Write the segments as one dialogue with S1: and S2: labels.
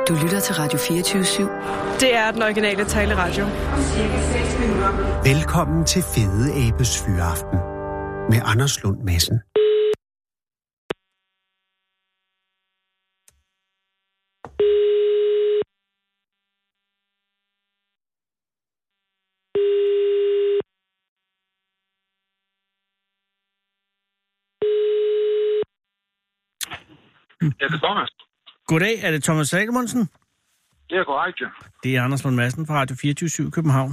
S1: Du lytter til Radio 24/7.
S2: Det er den originale taleradio.
S3: Velkommen til Fede Abes Fyraften med Anders Lund Madsen.
S4: Ja, det er Thomas.
S5: Goddag, er det Thomas Salomonsen?
S4: Det er korrekt, ja.
S5: Det er Anders Lund Madsen fra Radio 24/7 i København.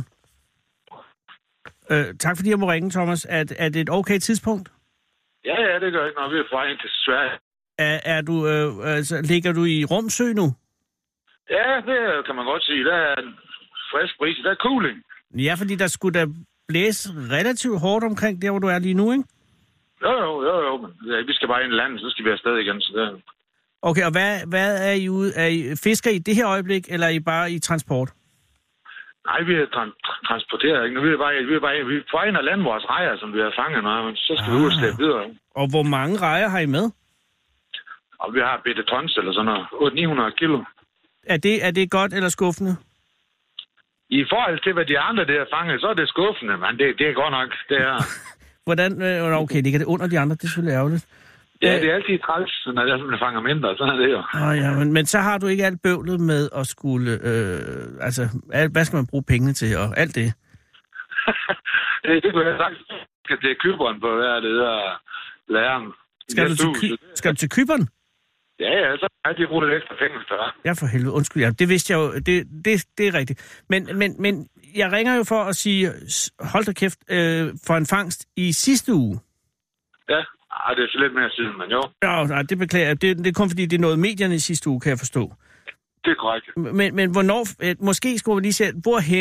S5: Tak fordi jeg må ringe, Thomas. Er det et okay tidspunkt?
S4: Ja, det gør ikke, når vi er fra ind til Sverige.
S5: Ligger du i Romsø nu?
S4: Ja, det kan man godt sige. Der er en frisk brise, der er cooling.
S5: Ja, fordi der skulle da blæse relativt hårdt omkring der, hvor du er lige nu, ikke?
S4: Jo, men ja, vi skal bare ind i landet, så skal vi afsted igen. Så det...
S5: Okay, og hvad er I ude? Er I fisker i det her øjeblik, eller er I bare i transport?
S4: Nej, vi transporterer ikke. Nu vi er på en af land vores rejer, som vi har fanget, men så skal vi ud og slæbe videre.
S5: Og hvor mange rejer har I med?
S4: Og vi har bitte tons eller sådan noget. 800-900 kilo.
S5: Er det godt eller skuffende?
S4: I forhold til, hvad de andre der har fanget, så er det skuffende, men det er godt nok, det er...
S5: Hvordan? Okay, ligger det under de andre? Det er selvfølgelig ærgerligt.
S4: Ja, det er altid træls, når det er, som det fanger mindre. Sådan er det jo.
S5: Ja, men så har du ikke alt bøvlet med at skulle... hvad skal man bruge pengene til og alt det?
S4: det kunne jeg sagt. Skal til Cypern på, hvad er det der læreren.
S5: Skal du til Cypern?
S4: Ja, så har de brugt lidt ekstra penge, der.
S5: Ja, for helvede. Undskyld, ja. Det vidste jeg jo. Det er rigtigt. Men jeg ringer jo for at sige, hold da kæft, for en fangst i sidste uge.
S4: Ja, det er så lidt mere siden, men jo.
S5: Ja, nej, det beklager jeg. Det er kun fordi, det er noget medierne i sidste uge, kan jeg forstå.
S4: Det er korrekt.
S5: Men hvornår, måske skulle vi lige se,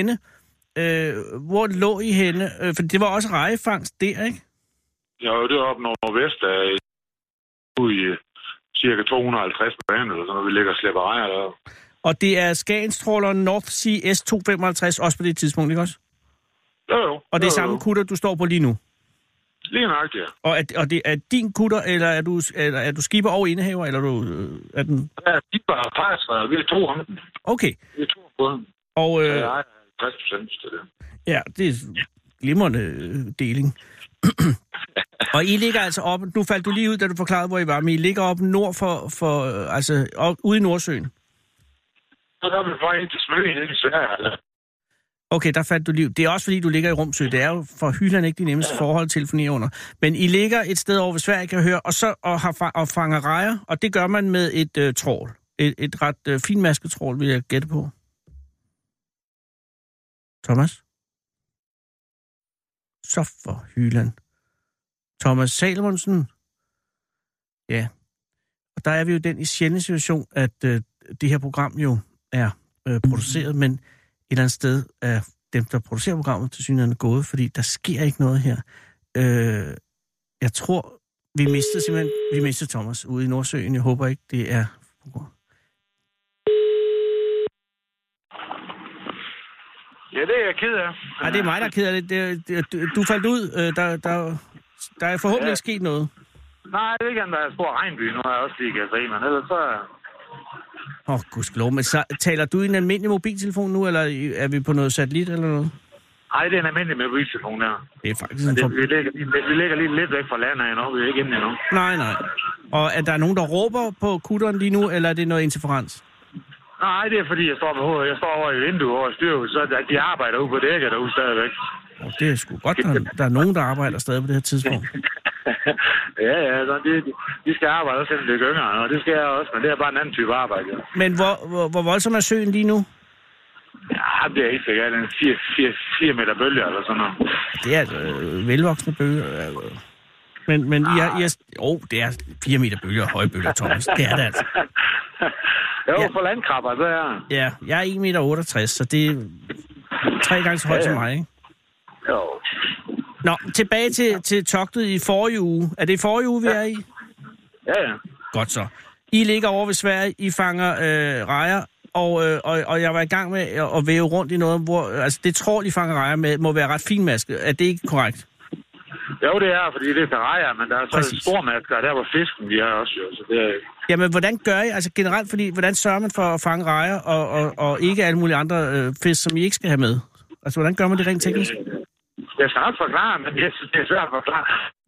S5: hvor lå I henne? For det var også rejefangst der, ikke?
S4: Jo, det var oppe nordvest af ude i cirka 250 baner, eller sådan noget, vi ligger og slæber rejer der.
S5: Og det er Skagenstråleren North Sea S255 også på det tidspunkt, ikke også?
S4: Jo.
S5: Og det er samme kutter, du står på lige nu?
S4: Lige nok, ja.
S5: Og det er din kutter, eller er du skipper og indehaver, eller er den...
S4: Ja, skipper og partsredder, vi er 2 om den.
S5: Okay.
S4: Vi er 2 på den.
S5: Og...
S4: Så jeg har 60% til det.
S5: Ja, det er glimrende deling. Og I ligger altså op... Nu faldt du lige ud, da du forklarede, hvor I var, men I ligger op nord for ude i Nordsøen.
S4: Så der er vi bare ind til Smøgen i Sverige, eller?
S5: Okay, der fandt du liv. Det er også fordi, du ligger i Romsø. Det er jo for Hyland ikke de nemmeste forhold at telefonere under. Men I ligger et sted over ved Sverige, kan jeg høre, og fanger rejer, og det gør man med et trål. Et ret finmasket trål, vil jeg gætte på. Thomas? Så for Hyland. Thomas Salomonsen? Ja. Og der er vi jo den i sjældne situation, at det her program jo er produceret, men et eller andet sted er dem, der producerer programmet, til synligheden gået, fordi der sker ikke noget her. Jeg tror, vi mistede Thomas ude i Nordsøen. Jeg håber ikke, det er...
S4: Ja, det er jeg ked af.
S5: Nej, det er mig, der er ked af det. Du faldt ud. Der er forhåbentlig ikke sket noget.
S4: Nej, det er ikke, der er stor regnby. Nu har jeg også lige kan se, men ellers så...
S5: Gudskelov. Men så, taler du i en almindelig mobiltelefon nu, eller er vi på noget satellit eller noget?
S4: Nej, det er en almindelig mobiltelefon der.
S5: Det er faktisk
S4: vi ligger lige lidt væk fra landet endnu. Vi er ikke inde endnu.
S5: Nej. Og er der nogen, der råber på kutteren lige nu, eller er det noget interferens?
S4: Nej, det er fordi, jeg står over i vinduet over styret, så de arbejder ude på dækket derude stadigvæk.
S5: Det er sgu godt, der er nogen, der arbejder stadig på det her tidspunkt.
S4: ja, de skal arbejde også, selvom det er gyngere, og det skal jeg også, men det er bare en anden type arbejde. Ja.
S5: Men hvor voldsom er søen lige nu?
S4: Ja, det er ikke sikkert. Det er 4 meter bølger eller sådan noget.
S5: Det er velvoksne bølger. Men det er 4 meter bølger og høje bølger, Thomas. Det er det altså.
S4: For landkrabber, det er.
S5: Ja, jeg er 1,68 meter, så det er 3 gange så højt som mig, ikke?
S4: Jo.
S5: Nå, tilbage til togtet i forrige uge. Er det forrige uge, vi er i?
S4: Ja.
S5: Godt så. I ligger over ved Sverige, I fanger rejer, og jeg var i gang med at væve rundt i noget, hvor altså det trål, I fanger rejer med, må være ret finmasket. Er det ikke korrekt?
S4: Jo, det er, fordi det er til rejer, men der er så stormasker, der hvor fisken, de er også jo. Så det er...
S5: Jamen, hvordan gør I, altså generelt, fordi hvordan sørger man for at fange rejer og ikke alle mulige andre fisk, som I ikke skal have med? Altså, hvordan gør man det rent teknisk?
S4: Jeg skal nok forklare, men jeg synes, det er svært at forklare.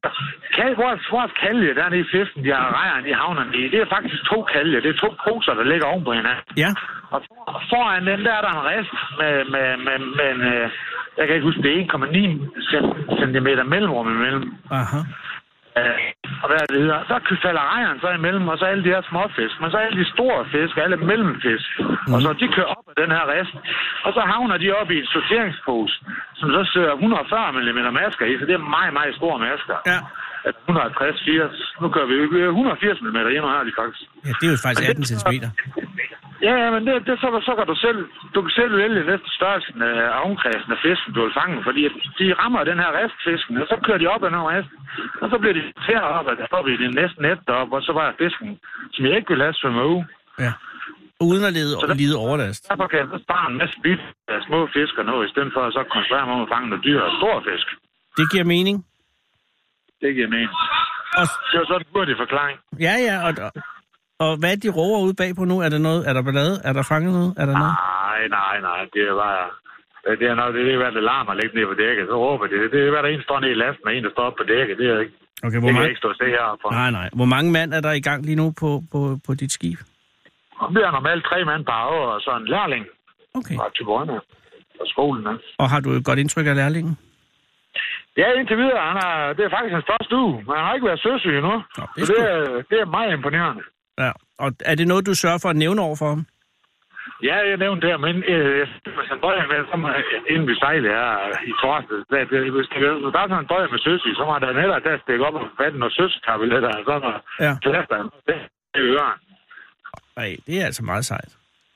S4: Vores kalje, der er i fisken, de har rejerne i havnerne i, det er faktisk 2 kalje. Det er 2 poser, der ligger oven på hinanden.
S5: Ja.
S4: Og foran den der er en rest med en, jeg kan ikke huske, det er 1,9 centimeter mellemrum imellem.
S5: Aha.
S4: Og hvad er det hedder? Så falder rejeren så imellem, og så alle de her småfisk. Men så alle de store fisk, alle mellemfisk. Og så de kører op af den her rest. Og så havner de op i en sorteringspose, som så søger 140 mm masker i. Så det er meget, meget store masker.
S5: Ja.
S4: 160-80. Nu kører vi 180 mm endnu her, de faktisk.
S5: Ja, det er jo faktisk 18 cm.
S4: Ja, men det så kan du kan selv vælge næste størrelse af omkredsen af fisken, du vil fange, fordi de rammer den her restfisken, og så kører de op af den rest, og så bliver de tæret op, og der står vi det næste net deroppe, og så var fisken, som jeg ikke vil have svømme ud.
S5: Ja, uden at lide overlast.
S4: Derfor kan jeg så spare en masse bit af små fisker nu, i stedet for at så koncentrere mig om at fange noget dyr og store fisk.
S5: Det giver mening.
S4: Det giver mening. Og det var så en hurtig forklaring.
S5: Ja, og hvad er de råber ude bagpå nu? Er der ballade? Er der fanget noget? Er der noget?
S4: Nej. Det er bare... Det er nok det, hvad der larmer lidt ned på dækket. Så råber det. Det er, hvad der en står ned i lasten, og en, der står på dækket. Det er ikke...
S5: Okay,
S4: det kan jeg ikke stå og se heroppe.
S5: Nej. Hvor mange mand er der i gang lige nu på dit skib?
S4: Det er normalt 3 mand per år, og så en lærling.
S5: Okay.
S4: Fra Thyborøn og skolen. Ja.
S5: Og har du et godt indtryk af lærlingen?
S4: Ja, indtil videre. Det er faktisk hans første uge, men han har ikke været søsyg endnu. Nå, det er meget imponerende.
S5: Ja, og er det noget, du sørger for at nævne over for ham?
S4: Ja, jeg nævnte det, men hvis han døjer med, inden vi sejler her i torsdag, hvis der er sådan en døjer med søsyg, så må der netop der stikke op og fatte noget søstabletter, og så når plaster han det i øren.
S5: Ej, det er altså meget sejt.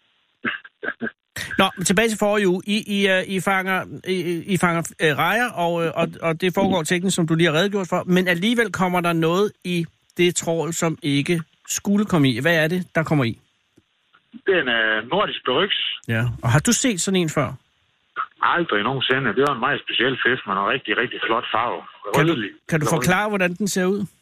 S5: Nå, tilbage til forrige uge. I fanger rejer, og det foregår teknisk, som du lige har redegjort for, men alligevel kommer der noget i det trål, som ikke skulle komme i. Hvad er det, der kommer i?
S4: Det er en nordisk beryks.
S5: Ja, og har du set sådan en før?
S4: Aldrig nogensinde. Det var en meget speciel fisk, med en rigtig, rigtig flot farve.
S5: Kan du forklare, hvordan den ser ud?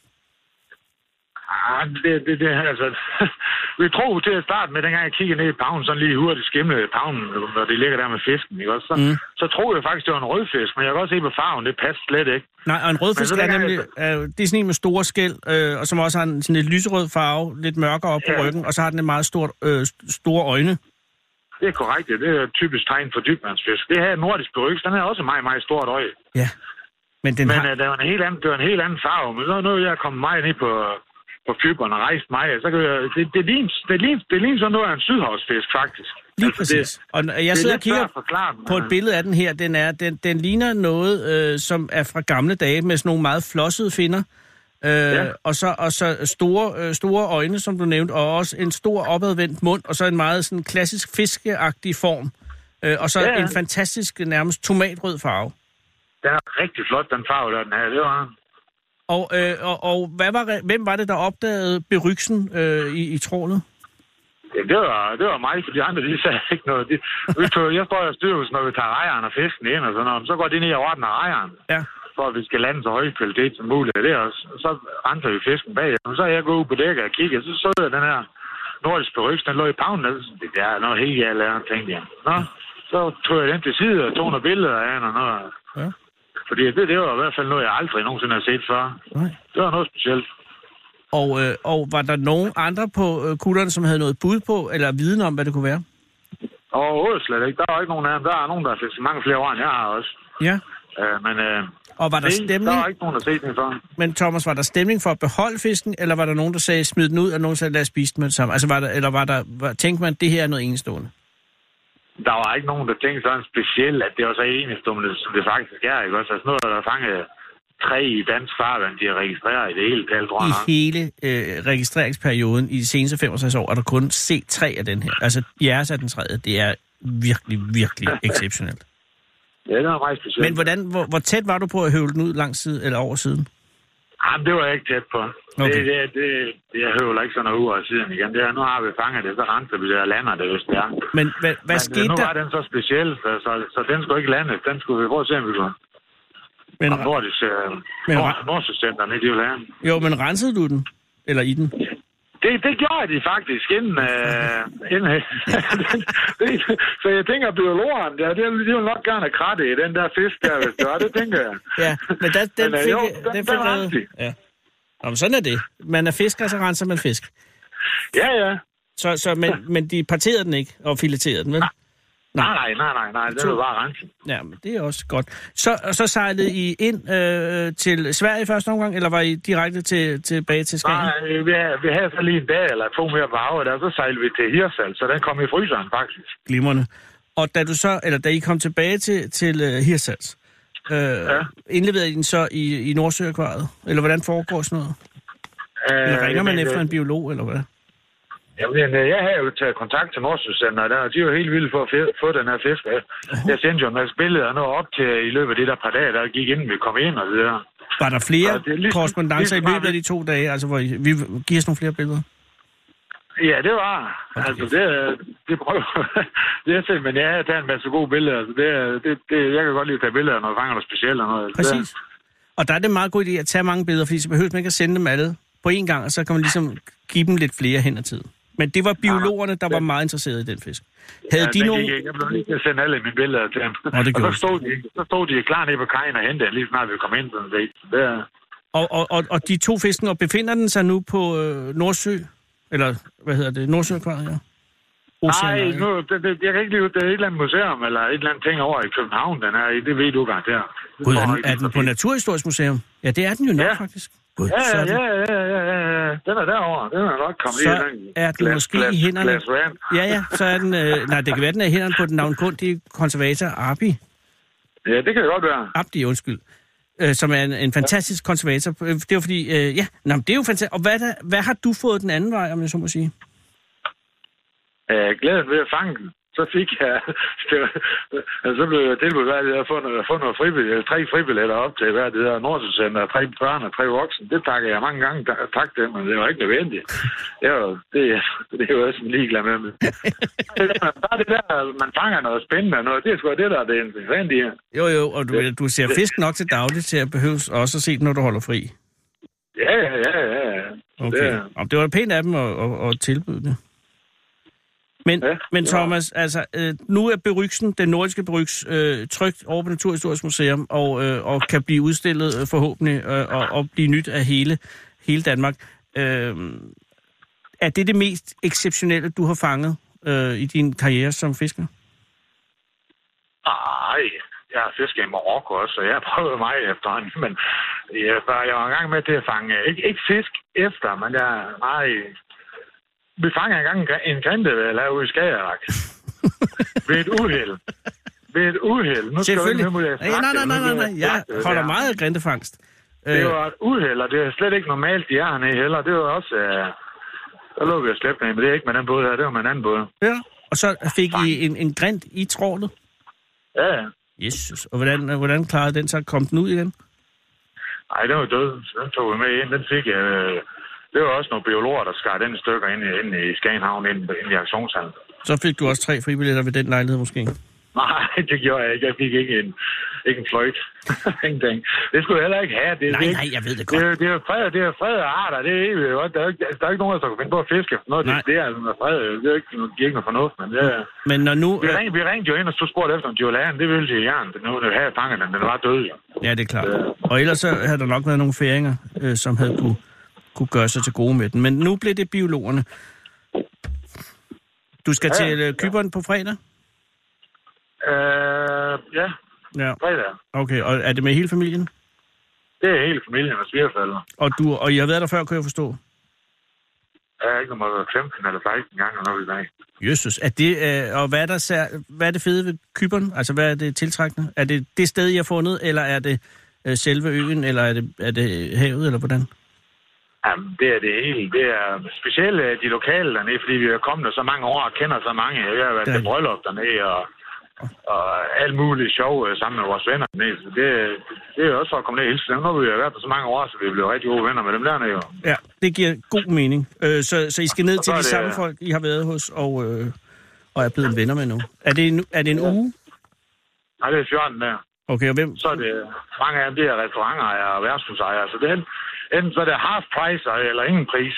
S4: Det altså... Vi tror til at starte med, dengang jeg kiggede ned i pavnen, sådan lige hurtigt skimlede pavnen, når det ligger der med fisken, ikke også? Så troede jeg faktisk, det var en rødfisk, men jeg kan også se på farven, det passer slet ikke.
S5: Nej, og en rødfisk er nemlig... Det er sådan en med store skæl, og som også har sådan lidt lyserød farve, lidt mørkere op på ryggen, og så har den en meget store øjne. Det
S4: er korrekt, ja. Det er typisk tegn for dybvandsfisk. Det her nordisk beryks, den er også meget, meget stort øje.
S5: Ja. Men det
S4: var en helt anden farve, men så nu er jeg kommet meget ned på Cypern og rejst mig, så kan det ligner sådan noget af en sydhavsfisk, faktisk.
S5: Lige præcis. Og jeg sidder og kigger på et billede af den her. Den ligner noget, som er fra gamle dage, med sådan nogle meget flossede finner. Og så store øjne, som du nævnte, og også en stor opadvendt mund, og så en meget sådan klassisk fiskeagtig form. Og så en fantastisk, nærmest tomatrød farve.
S4: Den er rigtig flot, den farve, der den her. Det var...
S5: Og hvem var det, der opdagede beryksen i trålet?
S4: Ja, det var mig, for de andre, de sagde ikke noget. Jeg står og styrer, når vi tager rejeren og fisken ind og sådan noget, så går de ned og ordner rejeren, for at vi skal lande så høj kvalitet som muligt. Det også. Så renser vi fisken bag, og så er jeg gået ud på dækket og kigget, så jeg den her nordisk beryks, den lå i pavnen. Det er noget helt galt, tænkte jeg. Nå, så tog jeg den til side og tog nogle billeder af den og noget. Ja. Fordi det var i hvert fald noget, jeg aldrig nogensinde har set før. Nej. Det var noget specielt.
S5: Og var der nogen andre på kutterne, som havde noget bud på, eller viden om, hvad det kunne være?
S4: Overhovedet slet ikke. Der var ikke nogen af dem. Der er nogen, der har set mange flere år, end jeg har også.
S5: Ja. Og var der stemning?
S4: Der var ikke nogen, der set den før.
S5: Men Thomas, var der stemning for at beholde fisken, eller var der nogen, der sagde, smid den ud, og nogen sagde, lad os spise den med det samme? Altså, tænkte man, at det her er noget enestående?
S4: Der var ikke nogen, der tænkte sådan specielt, at det var så enestående, som det faktisk er, ikke også? Altså, nu er der fanget 3 i dansk farvand, de er registreret i det hele talt, tror jeg.
S5: I hele registreringsperioden i de seneste 65 år er der kun set 3 af den her. Altså, jeres af den tredje, det er virkelig, virkelig exceptionelt.
S4: Ja, det var meget specielt.
S5: Men hvor tæt var du på at høvle den ud lang side eller over siden?
S4: Jamen, det var jeg ikke tæt på. Okay. Jeg høvler ikke sådan noget ud af siden igen. Nu har vi fanget det, så renser vi det og lander det, hvis det er.
S5: Men hvad skete der?
S4: Nu var den så speciel, så den skulle ikke landes. Den skulle vi prøve at se, om vi kunne. Nordsøcenterne, de vil have.
S5: Jo, men rensede du den? Eller i den?
S4: Det gjorde de faktisk inden så jeg tænker, biologeren, de vil nok gerne have kratte i den der fisk der, hvis det var, det tænker jeg.
S5: Ja, men den fik reddet. Ja. Jamen, sådan er det. Man er fisker, så renser man fisk.
S4: Ja.
S5: Men de parterede den ikke og fileterede den, vel?
S4: Nej. Det var bare rensen.
S5: Ja, men det er også godt. Så sejlede I ind til Sverige i første omgang, eller var I direkte tilbage til Skagen?
S4: Nej, vi havde så lige en dag eller 2 mere på havet, og så sejlede vi til Hirtshals, så den kom i fryseren faktisk.
S5: Glimrende. Og da I kom tilbage til Hirtshals, indleverede I den så i Nordsøakvariet? Eller hvordan foregår sådan noget? Eller ringer man efter en biolog, eller hvad?
S4: Jamen, jeg har jo taget kontakt til Nordsøcenteret der, og de var helt vilde for at få den her fisk. Jeg sendte jo en masse billeder nu op til i løbet af de der par dage, der gik inden vi kom ind og det der.
S5: Var der flere korrespondancer i løbet af de 2 dage, altså hvor vi giver os nogle flere billeder?
S4: Ja, det var. Okay. Altså, det prøver det er simpelthen, jeg har taget en masse gode billeder. Altså, jeg kan godt lide at tage billeder, når jeg fanger noget specielt eller noget.
S5: Præcis. Og der er det meget god idé at tage mange billeder, fordi så behøver man ikke at sende dem alle på én gang, og så kan man ligesom give dem lidt flere hen ad tiden. Men det var biologerne, der var meget interesserede i den fisk. Havde de nogen...
S4: Jeg blev lige til at sende alle mine billeder til dem. Og så stod de klar nede på kajen og hentede, lige snart vi kom ind. Og
S5: de 2 fiskene, befinder den sig nu på Nordsø? Eller, hvad hedder det? Nordsøakvariet, ja?
S4: Nej, jeg kan ikke lide, det er et eller andet museum, eller et eller andet ting over i København, den er i. Det ved du garanteret.
S5: Gud, er den på Naturhistorisk Museum? Ja, det er den jo nok, faktisk. God,
S4: ja. Den er derovre. Den er nok kommet
S5: så er den måske i hænderne... Ja, så er den... nej, det kan være, den er i hænderne på den navnkundige konservator Arbi.
S4: Ja, det kan det godt være.
S5: Abdi, undskyld. Som er en fantastisk konservator. Det er jo fordi... det er jo fantastisk. Og hvad har du fået den anden vej, om jeg så må sige?
S4: Glæden ved at fange den. Så fik jeg... så blev jeg tilbudt at få noget fribillet, 3 fribilletter op til hver det der Nordsøcenter, 3 børn og 3 voksne. Det takker jeg mange gange tak til, men det var ikke nødvendigt. Det er jo også ligeglad med. Bare det der, man fanger noget spændende og noget, det er sgu det, der er det interessante her.
S5: Jo, og du ser fisk nok til dagligt til at behøves også at se den, når du holder fri.
S4: Ja.
S5: Okay. Det var pænt af dem at tilbyde det. Men Thomas, altså, nu er Berygsen, den nordiske Berygs, trykt over på Naturhistorisk Museum, og kan blive udstillet forhåbentlig, og blive nyt af hele Danmark. Er det mest exceptionelle, du har fanget i din karriere som fisker?
S4: Nej, jeg har fisket i Marokko også, så jeg har prøvet mig efterhånden, men jeg var en gang med til at fange, ikke fisk efter, men jeg er meget... Vi fanger engang en grindeval ude i Skagerrak. Ved et uheld. Nu
S5: selvfølgelig. Nej. Jeg holder meget af grindefangst.
S4: Det var et uheld, og det er slet ikke normalt, de er hernede heller. Det var også... der lå vi at slæbe med, men det er ikke med den båd her, det var med en anden båd.
S5: Ja, og så fik I en grind i trålet?
S4: Ja.
S5: Jesus. Og hvordan klarede den så? Kom den ud igen?
S4: Nej, den var død. Den tog vi med ind. Den fik jeg... Det var også nogle biologer, der skar den stykker ind i Skagenhavn, ind i aktionshallen.
S5: Så fik du også 3 fribilletter ved den lejlighed måske? Nej,
S4: det gjorde jeg ikke. Jeg fik ikke en fløjt. Ingenting. Det skulle jeg heller ikke have.
S5: Nej, jeg ved det godt.
S4: Det er fred og arter. Det er evigt. Der er ikke nogen, der kan finde på at fiske efter noget. Det er altså fred. Det er ikke noget fornuft.
S5: Men når nu...
S4: Vi ringte jo ind og så spurgte efter, om de ville have den. Det ville de gerne. Nu havde fanget den. Den var død.
S5: Ja, det er klart. Og ellers så havde der nok været nogle færinger, som havde kunne gøre sig til gode med den. Men nu blev det biologerne. Du skal til Cypern på fredag?
S4: Ja. Fredag.
S5: Okay, og er det med hele familien?
S4: Det er hele familien og svigerforældre.
S5: Og I har været der før, kan jeg forstå?
S4: Jeg er ikke nummer 15 eller 16 gange, når vi er med.
S5: Jesus, og hvad er det fede ved Cypern? Altså, hvad er det tiltrækkende? Er det sted, I har fundet, eller er det selve øen, eller er det havet, eller hvordan?
S4: Jamen, det er det hele. Det er specielt de lokale dernede, fordi vi er kommet der så mange år og kender så mange. Jeg har været til bryllup dernede og alt muligt sjov sammen med vores venner dernede. Så det er også for at komme ned hele tiden. Nu har vi været der så mange år, så vi bliver rigtig gode venner med dem dernede.
S5: Ja, det giver god mening. Så I skal ned til de samme folk, I har været hos og er blevet venner med nu. Er det en uge?
S4: Nej, det er 14 der.
S5: Okay, og hvem?
S4: Så er det mange af dem, det er restaurantejere og værtshusejere. Så det er enten så er det half price eller ingen pris.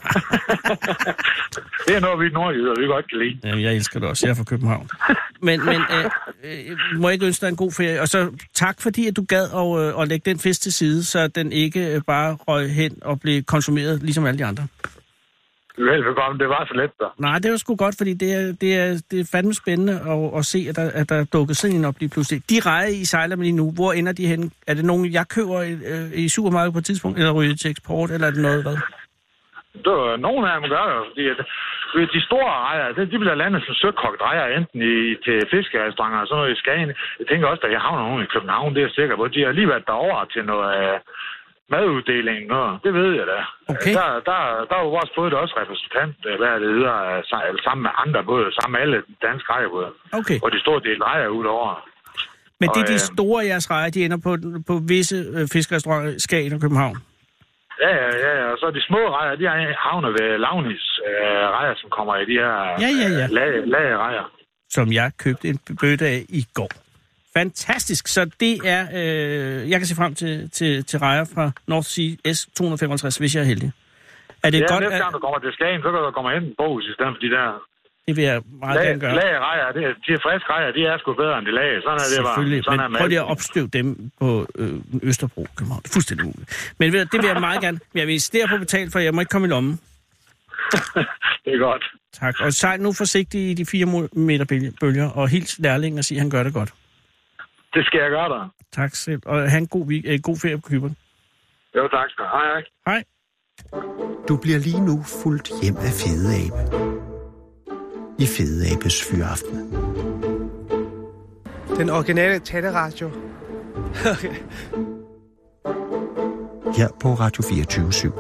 S4: Det er noget, vi nordjyder, vi godt kan lide.
S5: Ja, jeg elsker det også. Jeg er fra København. Men må jeg ikke ønske dig en god ferie? Og så tak, fordi at du gad at lægge den fisk til side, så den ikke bare røg hen og blev konsumeret, ligesom alle de andre.
S4: Velbekomme, det var så let, der.
S5: Nej, det var sgu godt, fordi det er fandme spændende at se, at der dukker sådan en op lige pludselig. De rejer, I sejler med lige nu, hvor ender de hen? Er det nogen, jeg køber i supermarkedet på et tidspunkt, eller ryger til eksport, eller er det noget, hvad?
S4: Nogle af dem gør jo, fordi de store rejer, de bliver landet som søkogt rejer, enten til fiskerestauranter og sådan noget i Skagen. Jeg tænker også, at jeg havner nogen i København, det er jeg sikker på. De har lige været derovre til noget maduddeling. Det ved jeg da.
S5: Okay.
S4: Der er jo vores både også repræsentant, hvad det hedder, sammen med andre både, sammen med alle danske rejerbåde.
S5: Okay.
S4: Og de store del rejer ud over.
S5: Men det er de store jeres rejer, de ender på visse fiskerestauranter i Skagen og København? Ja.
S4: Og så de små rejer, de havner ved Lavnis rejer, som kommer i de her lagerejer. Som
S5: jeg købte en bøtte af i går. Fantastisk. Så det er... jeg kan se frem til rejer fra North Sea S255, hvis jeg er heldig. Er det godt,
S4: næste gang du kommer til Skagen, så kan du komme hen på Bohus i stedet for de der...
S5: Det vil jeg meget gerne gøre.
S4: Lagerejer, de friske rejer, de er sgu bedre end de lage. Sådan er det bare.
S5: Selvfølgelig, men prøv lige at opstøve dem på Østerbro, København. Det er fuldstændig muligt. Men det vil jeg meget gerne. Jeg vil insistere på at betale, for jeg må ikke komme i lommen.
S4: Det er godt.
S5: Tak. Og sejl nu forsigtigt i de 4 meter bølger, og hils lærlingen og sig, at han gør det godt.
S4: Det skal jeg gøre der.
S5: Tak selv. Og have en god ferie på Cypern.
S4: Jo, tak. Hej.
S5: Hej.
S3: Du bliver lige nu fuldt hjem af Fede Abe. I Fede Abes Fyraften.
S1: Den originale taleradio. Okay.
S3: Her på Radio 24/7.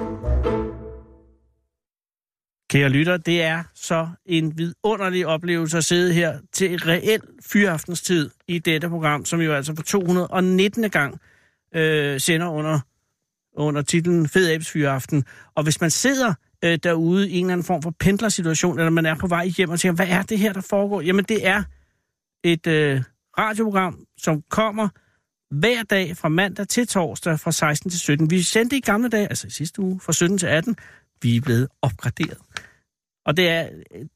S5: Kære lytter, det er så en vidunderlig oplevelse at sidde her til reel fyraftenstid i dette program, som jo altså for 219. gang sender under titlen Fed Abes Fyraften. Og hvis man sidder derude i en eller anden form for pendlersituation, eller man er på vej hjem og tænker, hvad er det her, der foregår? Jamen, det er et radioprogram, som kommer hver dag fra mandag til torsdag fra 16 til 17. Vi sendte i gamle dage, altså i sidste uge, fra 17 til 18. Vi er blevet opgraderet. Og det er,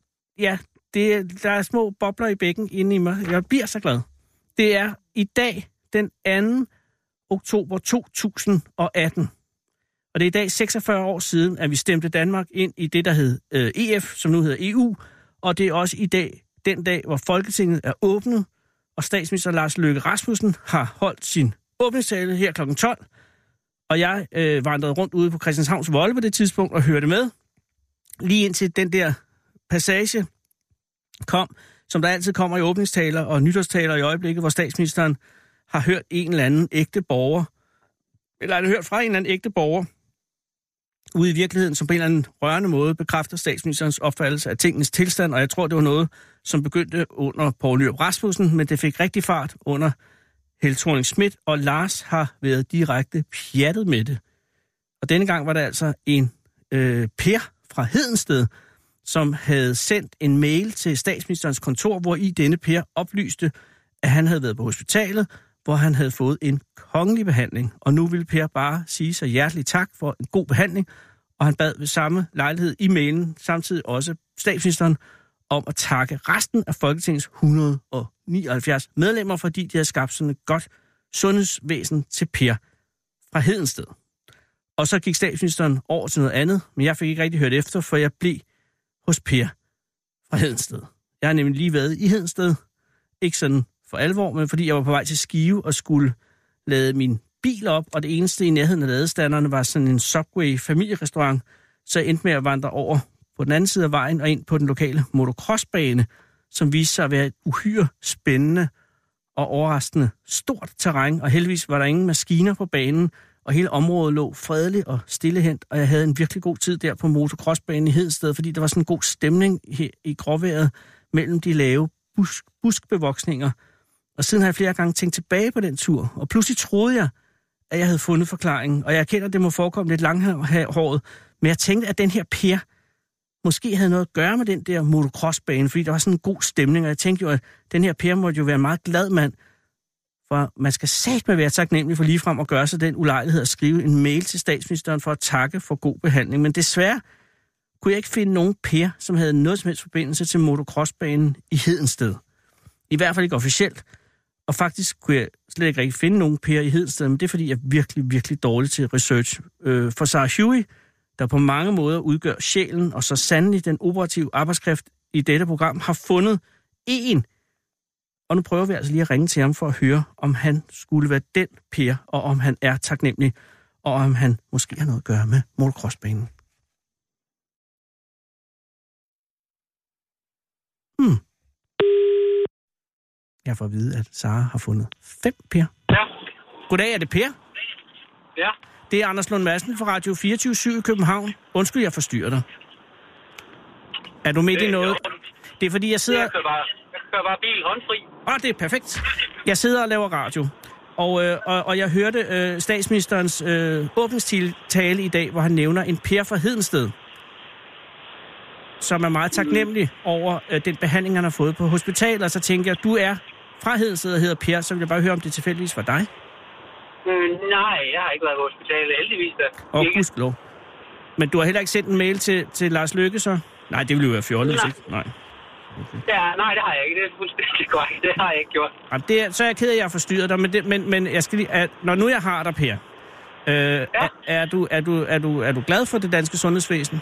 S5: der er små bobler i bækken inde i mig. Jeg bliver så glad. Det er i dag, den 2. oktober 2018. Og det er i dag 46 år siden, at vi stemte Danmark ind i det, der hed EF, som nu hedder EU. Og det er også i dag, den dag, hvor Folketinget er åbnet, og statsminister Lars Løkke Rasmussen har holdt sin åbningstale her kl. 12. Og jeg vandrede rundt ude på Christianshavns Volde på det tidspunkt og hørte med. Lige indtil den der passage kom, som der altid kommer i åbningstaler og nytårstaler i øjeblikket, hvor statsministeren har hørt en eller anden ægte borger, eller har hørt fra en eller anden ægte borger, ude i virkeligheden, som på en eller anden rørende måde bekræfter statsministerens opfattelse af tingens tilstand, og jeg tror, det var noget, som begyndte under Poul Nyrup Rasmussen, men det fik rigtig fart under Helle Thorning-Schmidt, og Lars har været direkte pjattet med det. Og denne gang var der altså en Per fra Hedensted, som havde sendt en mail til statsministerens kontor, hvor i denne Per oplyste, at han havde været på hospitalet, hvor han havde fået en kongelig behandling. Og nu ville Per bare sige så hjertelig tak for en god behandling, og han bad ved samme lejlighed i mailen samtidig også statsministeren om at takke resten af Folketingets 179 medlemmer, fordi de havde skabt sådan et godt sundhedsvæsen til Per fra Hedensted. Og så gik statsministeren over til noget andet, men jeg fik ikke rigtig hørt efter, for jeg blev hos Per fra Hedensted. Jeg har nemlig lige været i Hedensted, ikke sådan for alvor, men fordi jeg var på vej til Skive og skulle lade min bil op, og det eneste i nærheden af ladestanderne var sådan en Subway familierestaurant, så jeg endte med at vandre over på den anden side af vejen og ind på den lokale motocrossbane, som viste sig at være et uhyre spændende og overraskende stort terræn, og heldigvis var der ingen maskiner på banen, og hele området lå fredeligt og stillehent, og jeg havde en virkelig god tid der på motocrossbanen i Hedensted, fordi der var sådan en god stemning i gråvejret mellem de lave buskbevoksninger. Og siden har jeg flere gange tænkt tilbage på den tur, og pludselig troede jeg, at jeg havde fundet forklaringen, og jeg erkender, at det må forekomme lidt langhåret, men jeg tænkte, at den her Per måske havde noget at gøre med den der motocrossbane, fordi der var sådan en god stemning, og jeg tænkte jo, at den her Per måtte jo være en meget glad mand, For man skal satme være taknemmelig for ligefrem at gøre sig den ulejlighed at skrive en mail til statsministeren for at takke for god behandling. Men desværre kunne jeg ikke finde nogen Per, som havde noget som helst forbindelse til motocrossbanen i Hedensted. I hvert fald ikke officielt. Og faktisk kunne jeg slet ikke rigtig finde nogen Per i Hedensted, men det er fordi, jeg er virkelig, virkelig dårlig til research. For Sarah Huey, der på mange måder udgør sjælen, og så sandelig den operative arbejdskraft i dette program, har fundet en. Og nu prøver vi altså lige at ringe til ham for at høre, om han skulle være den Per, og om han er taknemmelig, og om han måske har noget at gøre med motocrossbanen. Jeg får at vide, at Sara har fundet 5 Per.
S6: Ja.
S5: Goddag, er det Per?
S6: Ja.
S5: Det er Anders Lund Madsen fra Radio 24/7 i København. Undskyld, jeg forstyrrer dig. Er du midt i noget? Det er fordi, jeg sidder...
S6: Jeg kører bare bil håndfri.
S5: Det er perfekt. Jeg sidder og laver radio. Og jeg hørte statsministerens åbningstale i dag, hvor han nævner en Per fra Hedensted, som er meget taknemmelig over den behandling, han har fået på hospitalet. Og så tænker jeg, du er fra Hedensted og hedder Per, så vil jeg bare høre, om det tilfældigvis var dig.
S6: Nej, jeg har ikke været på hospitalet, heldigvis da.
S5: Gudskelov. Men du har heller ikke sendt en mail til Lars Løkke, så? Nej, det ville jo være fjollet, ikke? Nej.
S6: Okay. Ja, nej, det har jeg ikke. Det er fuldstændig korrekt. Det har jeg ikke gjort.
S5: Jamen, så er jeg ked af, at jeg har forstyrret dig, men jeg skal lige... Når nu jeg har dig, Per, er du glad for det danske sundhedsvæsen?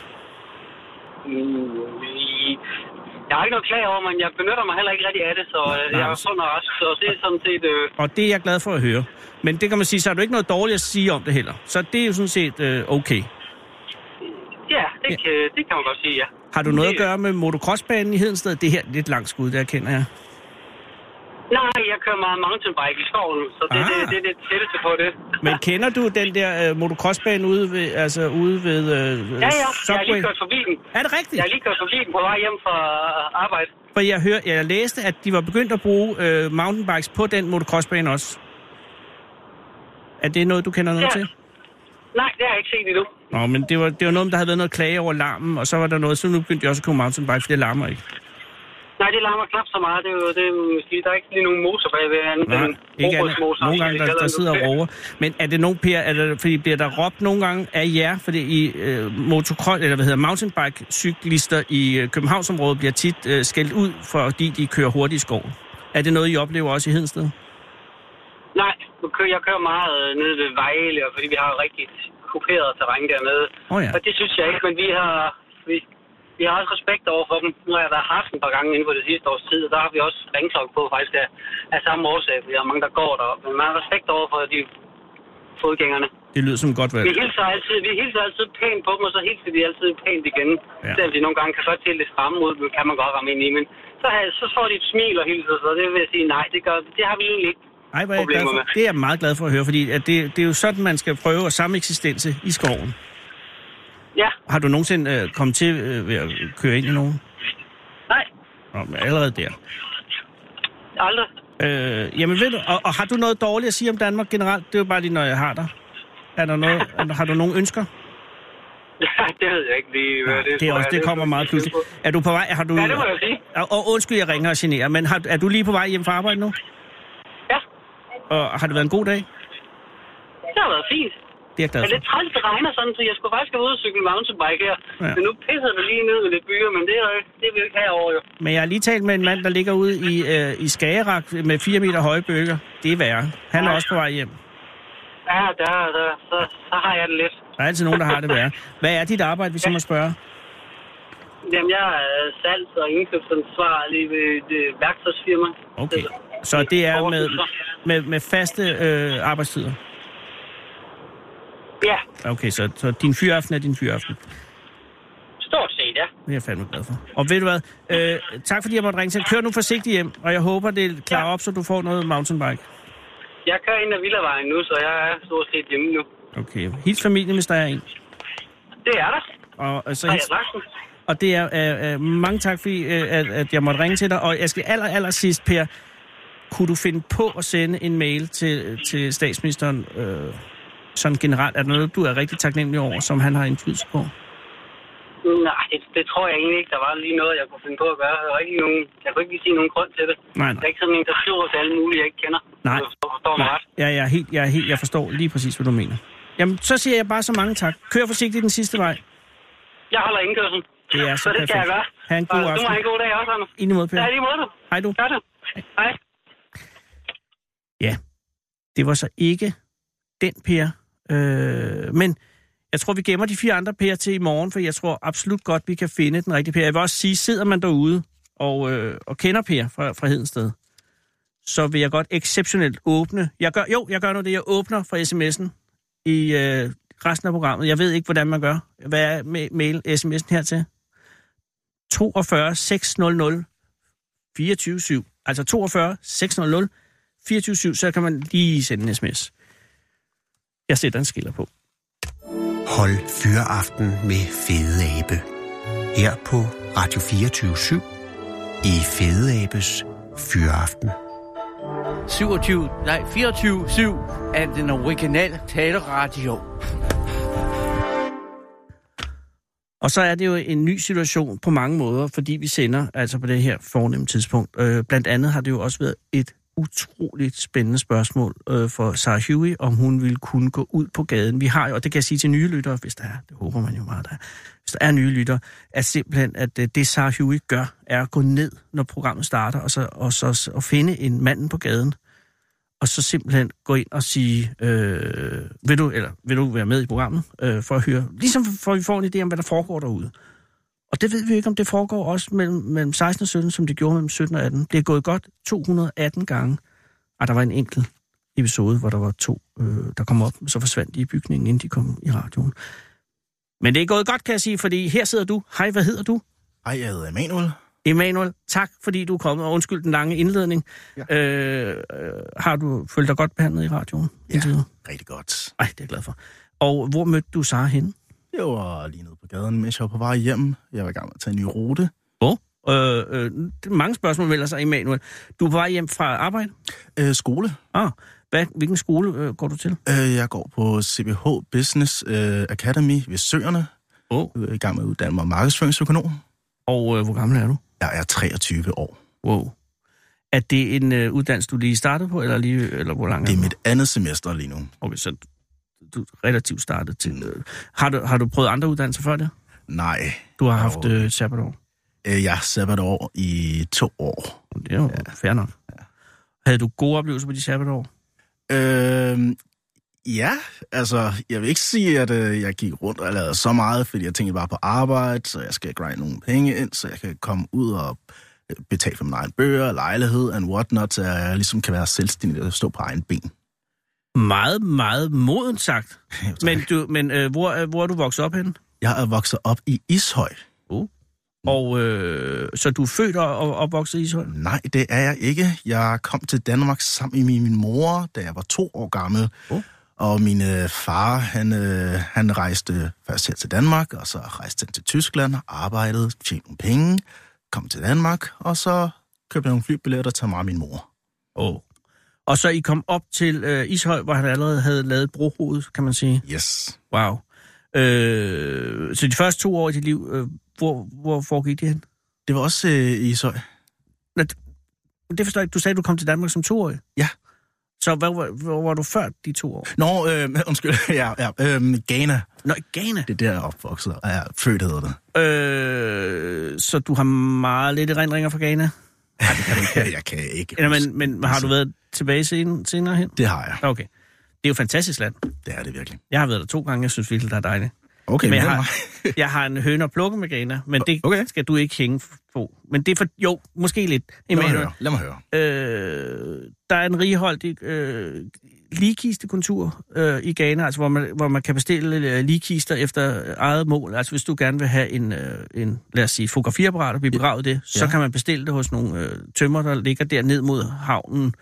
S6: Jeg har ikke noget klag over, men jeg benytter mig heller ikke rigtig af det, så jeg er sund og rask, så det er sådan set...
S5: Og det er jeg glad for at høre. Men det kan man sige, så har du ikke noget dårligt at sige om det heller. Så det er jo sådan set okay.
S6: Ja, det kan man godt sige, ja.
S5: Har du noget at gøre med motocrossbanen i Hedensted? Det her er lidt langt skud, der kender jeg.
S6: Nej, jeg kører meget mountainbike i skoven, så det er det tætteste på det.
S5: Men kender du den der motocrossbane ude ved
S6: Ja, jeg har lige kørt forbi den.
S5: Er det rigtigt?
S6: Jeg har lige kørt forbi den på vej hjem fra arbejde.
S5: For jeg læste, at de var begyndt at bruge mountainbikes på den motocrossbane også. Er det noget, du kender noget til?
S6: Nej, det har jeg ikke set endnu.
S5: Nå, men det var noget, der havde været noget klage over larmen, og så var der noget, så nu begyndte jeg også at købe mountainbike, for det larmer ikke.
S6: Nej, det larmer knap så meget. Der er ikke lige nogen motor bagved.
S5: Nej, ikke andet. Nogle gange, der sidder og råber. Men er det nogen, Per, fordi bliver der råbt nogle gange af jer, fordi i mountainbike-cyklister i Københavnsområdet bliver tit skældt ud, fordi de kører hurtigt i skoven. Er det noget, I oplever også i Hedensted?
S6: Nej, jeg kører meget nede ved Vejle, fordi vi har rigtig kuperet terræn dernede.
S5: Ja.
S6: Og det synes jeg ikke, men vi har også respekt over for dem. Nu har jeg været haft en par gange inden for det sidste års tid, og der har vi også ringklokke på faktisk af samme årsag, fordi der er mange, der går derop. Men man har respekt over for de fodgængerne.
S5: Det lyder som godt valg.
S6: Vi hilser altid pænt på dem, og så hilser de altid pænt igen. Ja. Selvom de nogle gange kan godt til lidt stramme ud, kan man godt ramme ind i, men så får de et smil og hilser, så det vil jeg sige, nej, det har vi egentlig ikke.
S5: Ej, det er jeg meget glad for at høre, fordi at det er jo sådan, man skal prøve at sameksistence i skoven.
S6: Ja.
S5: Har du nogensinde kommet til ved at køre ind i nogen?
S6: Nej.
S5: Men allerede der.
S6: Aldrig.
S5: Jamen ved du, og har du noget dårligt at sige om Danmark generelt? Det er jo bare lige, når jeg har dig. Er der noget, har du nogle ønsker?
S6: Ja, det ved jeg ikke lige.
S5: Det kommer meget pludselig. Er du på vej?
S6: Ja, det må jeg sige.
S5: Og undskyld, jeg ringer og generer, men er du lige på vej hjem fra arbejde nu?
S6: Ja.
S5: Og har det været en god dag?
S6: Det har været fint.
S5: Det er jeg glad for.
S6: Det er lidt træls, det regner sådan, så jeg skulle faktisk gå ud og cykle mountainbike her. Ja. Men nu pisser det lige ned med lidt byer, men det er vi jo ikke herovre jo. Men
S5: jeg har lige talt med en mand, der ligger ude i Skagerrak med 4 meter høje bøger. Det er værre. Han er også på vej hjem.
S6: Ja, så har jeg det lidt.
S5: Der er altid nogen, der har det værre. Hvad er dit arbejde, hvis jeg må spørge?
S6: Jamen, jeg er salgs- og indkøbsansvarlig ved et værktøjsfirma.
S5: Okay. Så det er med faste arbejdstider?
S6: Ja.
S5: Okay, så din fyraften er din fyraften?
S6: Stort set, ja.
S5: Det er jeg fandme glad for. Og ved du hvad? Tak fordi jeg måtte ringe til. Kør nu forsigtigt hjem, og jeg håber, det klarer op, så du får noget mountainbike.
S6: Jeg kører ind ad Villavejen nu, så jeg er stort set hjemme nu.
S5: Okay. Hils familien, hvis der er en.
S6: Det er der.
S5: Og det er mange tak, fordi at jeg måtte ringe til dig. Og jeg skal aller sidst, Per, kunne du finde på at sende en mail til statsministeren sådan generelt? Er der noget, du er rigtig taknemmelig over, som han har indflydelse på?
S6: Nej, det tror jeg egentlig ikke. Der var lige noget, jeg kunne finde på at gøre. Jeg kunne ikke lige sige nogen grund til det.
S5: Nej.
S6: Der er ikke sådan en, der skriver til alle mulige, jeg ikke kender.
S5: Nej.
S6: Du forstår mig ret.
S5: Jeg forstår lige præcis, hvad du mener. Jamen, så siger jeg bare så mange tak. Kør forsigtigt den sidste vej.
S6: Jeg holder indkørslen.
S5: Det er så
S6: det skal jeg gøre.
S5: Ha' en god aften.
S6: Du må have en god dag også, Anders.
S5: I lige måde, Per.
S6: Ja, lige måde du.
S5: Hej du.
S6: Gør det. Hej.
S5: Ja, det var så ikke den Per. Men jeg tror, vi gemmer de 4 andre Per til i morgen, for jeg tror absolut godt, vi kan finde den rigtige Per. Jeg vil også sige, sidder man derude og kender Per fra Hedensted, så vil jeg godt exceptionelt åbne. Jeg gør nu det. Jeg åbner for sms'en i resten af programmet. Jeg ved ikke, hvordan man gør. Hvad er mail sms'en hertil? 42 600 24/7. Altså 42 600 24/7, så kan man lige sende en sms. Jeg sætter en skiller på.
S3: Hold Fyraften med Fede Abe. Her på Radio 24/7 i Fede Abes Fyraften.
S7: 24/7 er den originale taleradio.
S5: Og så er det jo en ny situation på mange måder, fordi vi sender altså på det her fornemme tidspunkt. Blandt andet har det jo også været et utroligt spændende spørgsmål for Sarah Huey, om hun ville kunne gå ud på gaden. Vi har jo, og det kan jeg sige til nye lyttere, hvis der er, det håber man jo meget, der er. Hvis der er nye lyttere, er simpelthen, at det Sarah Huey gør, er at gå ned, når programmet starter, og så finde en mand på gaden, og så simpelthen gå ind og sige, vil du være med i programmet, for at høre, ligesom for at vi får en idé om, hvad der foregår derude. Og det ved vi ikke, om det foregår også mellem 16 og 17, som det gjorde mellem 17 og 18. Det er gået godt 218 gange. Og der var en enkelt episode, hvor der var 2, der kom op, så forsvandt de i bygningen, inden de kom i radioen. Men det er gået godt, kan jeg sige, fordi her sidder du. Hej, hvad hedder du?
S8: Hej, jeg hedder Emanuel.
S5: Emanuel, tak fordi du er kommet, og undskyld den lange indledning. Ja. Har du følt dig godt behandlet i radioen?
S8: Ja, rigtig godt.
S5: Ej, det er jeg glad for. Og hvor mødte du Sarah henne?
S8: Jeg var lige nede på gaden, mens jeg var på vej hjem. Jeg var i gang med at tage en ny rute.
S5: Mange spørgsmål melder sig, Emanuel. Du er på vej hjem fra arbejde?
S8: Skole.
S5: Hvilken skole går du til?
S8: Jeg går på CBH Business Academy ved Søerne. Jeg er i gang med at uddanne mig markedsføringsøkonom.
S5: Og hvor gammel er du?
S8: Jeg er 23 år.
S5: Wow. Er det en uddannelse, du lige startede på, eller hvor lang er
S8: det? Det er mit andet semester lige nu.
S5: Okay, så du er relativt startet til. Har du prøvet andre uddannelser før det?
S8: Nej.
S5: Du har haft sabbatår?
S8: Jeg har sabbatår i 2 år.
S5: Det er jo fair nok. Ja. Havde du gode oplevelser på de sabbatår?
S8: Ja, altså, jeg vil ikke sige, at jeg gik rundt og lavede så meget, fordi jeg tænkte bare på arbejde, så jeg skal grinde nogle penge ind, så jeg kan komme ud og betale for min egen bøger, lejlighed and whatnot, så jeg ligesom kan være selvstændig og stå på egen ben.
S5: Meget, meget modent sagt. Men hvor er du vokset op henne? Jeg
S8: er vokset op i Ishøj.
S5: Og så du er født og opvokset i Ishøj?
S8: Nej, det er jeg ikke. Jeg kom til Danmark sammen med min mor, da jeg var 2 år gammel. Og min far, han rejste først her til Danmark, og så rejste han til Tyskland, arbejdede, tjente nogle penge, kom til Danmark, og så købte jeg nogle flybilletter til mig og min mor.
S5: Og så I kom op til Ishøj, hvor han allerede havde lavet et brohoved, kan man sige?
S8: Yes.
S5: Wow. Så de første 2 år i dit liv, hvor foregik det hen?
S8: Det var også i Ishøj.
S5: Det forstår jeg ikke. Du sagde, du kom til Danmark som 2-årig?
S8: Ja.
S5: Så hvor var du før de 2 år?
S8: Undskyld. Ghana.
S5: Nå, Ghana?
S8: Det er der, jeg er opvokset. Jeg er født, hedder det.
S5: Så du har meget lidt erindringer fra Ghana?
S8: Nej, det kan du ikke. Jeg kan ikke.
S5: Men har du været tilbage senere hen?
S8: Det har jeg.
S5: Okay. Det er jo et fantastisk land.
S8: Det er det virkelig.
S5: Jeg har været der 2 gange. Jeg synes virkelig, det er dejligt.
S8: Okay,
S5: men jeg har en høne at plukke med Ghana, men det skal du ikke hænge på. Men det er måske lidt.
S8: Lad mig høre.
S5: Der er en righoldig ligkistekultur i Ghana, altså hvor man kan bestille ligkister efter eget mål. Altså hvis du gerne vil have en lad os sige, fotografiapparat og blive begravet det, så kan man bestille det hos nogle tømmer, der ligger der ned mod havnen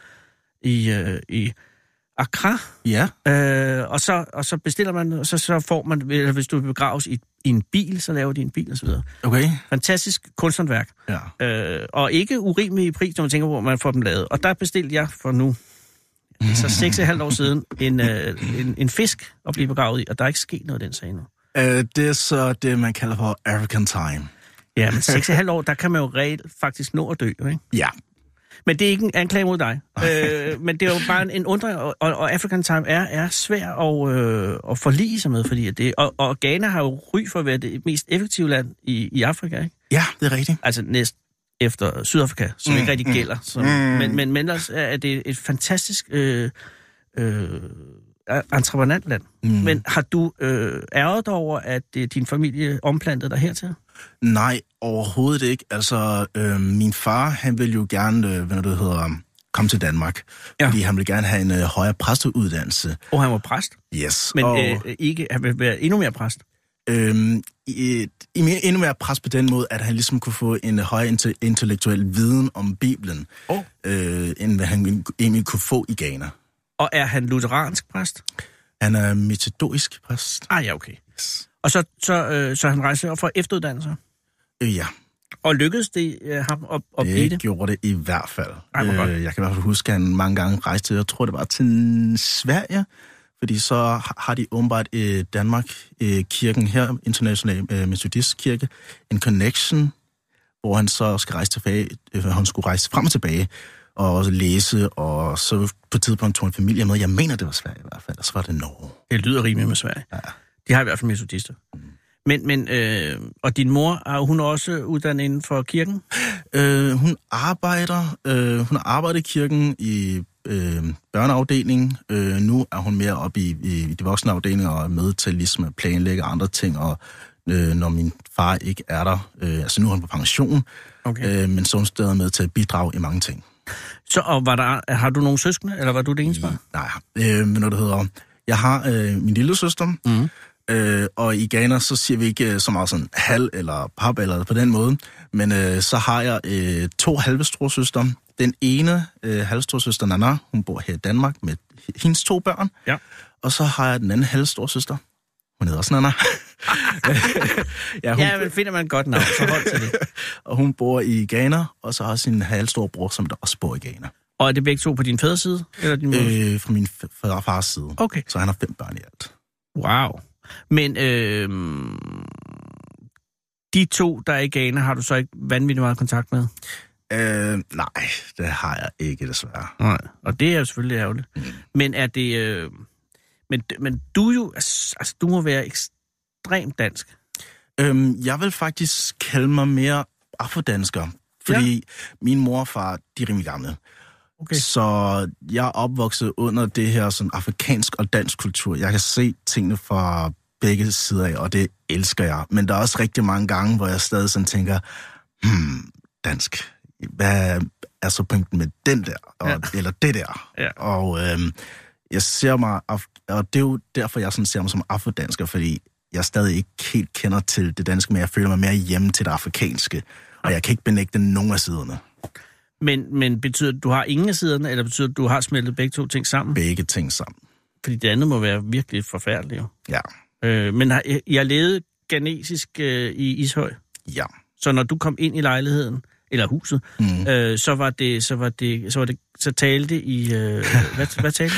S5: i Accra.
S8: Ja.
S5: Og så bestiller man, og så får man, hvis du begraves i en bil, så laver de en bil og så videre.
S8: Okay.
S5: Fantastisk kunsthåndværk.
S8: Ja.
S5: Og ikke urimelig i pris, når man tænker på, hvor man får dem lavet. Og der bestilte jeg for nu, så 6,5 år siden, en fisk at blive begravet i, og der er ikke sket noget i den sag nu.
S8: Det er så det, man kalder for African time.
S5: Ja, men 6,5 år, der kan man jo reelt faktisk nå at dø, ikke?
S8: Ja.
S5: Men det er ikke en anklage mod dig. Men det er jo bare en undring, og African Time er svær at forlige sig med, fordi det, og Ghana har jo ry for at være det mest effektive land i Afrika, ikke?
S8: Ja, det er rigtigt.
S5: Altså næst efter Sydafrika, som ikke rigtig gælder. Men ellers er det et fantastisk entreprenant land. Men har du ærget dig over, at din familie omplantede dig hertil?
S8: Nej, overhovedet ikke. Altså, min far, han ville jo gerne, komme til Danmark. Ja. Fordi han ville gerne have en højere præsteuddannelse.
S5: Og han var præst?
S8: Yes.
S5: Men ikke, han ville være endnu mere præst?
S8: Endnu mere præst på den måde, at han ligesom kunne få en høj intellektuel viden om Bibelen, end hvad han egentlig kunne få i Ghana.
S5: Og er han lutheransk præst?
S8: Han er metodisk præst.
S5: Ah ja, okay. Yes. Og så han rejste for efteruddannelse?
S8: Ja.
S5: Og lykkedes det ham at blive det?
S8: Det gjorde det i hvert fald. Jeg kan i hvert fald huske, at han mange gange rejste til, jeg tror det var til Sverige, fordi så har de åbenbart i Danmark, kirken her, International Metodist Kirke, en connection, hvor han så skal rejse tilbage, han skulle rejse frem og tilbage, og også læse, og så på et tidspunkt tog en familie med. Jeg mener, det var Sverige i hvert fald, og så var det Norge.
S5: Det lyder rimeligt med Sverige. Ja. De har i hvert fald metodister. Men og din mor, er hun også uddannet inden for kirken?
S8: Hun arbejder i kirken i børneafdelingen. Nu er hun mere oppe i de voksne afdelinger og er med til ligesom at planlægge andre ting, og når min far ikke er der, altså nu er han på pension, men så er hun stadig med til at bidrage i mange ting.
S5: Så og har du nogle søskende, eller var du det eneste barn?
S8: Nej, men når det hedder, jeg har min lille søster, og i Ghana, så siger vi ikke så meget sådan halv eller pap eller på den måde, men så har jeg 2 halvstoresøstre. Den ene halvstoresøster, Nana, hun bor her i Danmark med hendes 2 børn, og så har jeg den anden halvstoresøster. Hun hedder også Nana.
S5: Men finder man et godt navn, så hold til det.
S8: Og hun bor i Ghana, og så har sin halvstore bror, som der også bor i Ghana.
S5: Og er det begge 2 på din fædres side? Eller din
S8: fra min fars side.
S5: Okay.
S8: Så han har 5 børn i alt.
S5: Wow. Men de 2, der er i Ghana, har du så ikke vanvittigt meget kontakt med?
S8: Nej, det har jeg ikke, desværre.
S5: Nej, og det er jo selvfølgelig ærgerligt. Men er det... Men du jo... Altså, du må være ekstremt dansk.
S8: Jeg vil faktisk kalde mig mere afrodansker, fordi min mor og far, de er rimelig gamle. Okay. Så jeg er opvokset under det her sådan afrikansk og dansk kultur. Jeg kan se tingene fra begge sider af, og det elsker jeg. Men der er også rigtig mange gange, hvor jeg stadig sådan tænker, dansk, hvad er så punkten med den der, eller det der? Ja. Og jeg ser mig, og det er jo derfor, jeg sådan ser mig som afrodansker, fordi jeg stadig ikke helt kender til det danske, men jeg føler mig mere hjemme til det afrikanske, og jeg kan ikke benægte nogen af siderne.
S5: Men betyder det, at du har ingen af siderne, eller betyder det, at du har smeltet begge 2 ting sammen?
S8: Begge ting sammen.
S5: Fordi det andet må være virkelig forfærdeligt, jo.
S8: Ja.
S5: Men jeg levede ghanesisk i Ishøj?
S8: Ja.
S5: Så når du kom ind i lejligheden, eller huset, så talte I... hvad talte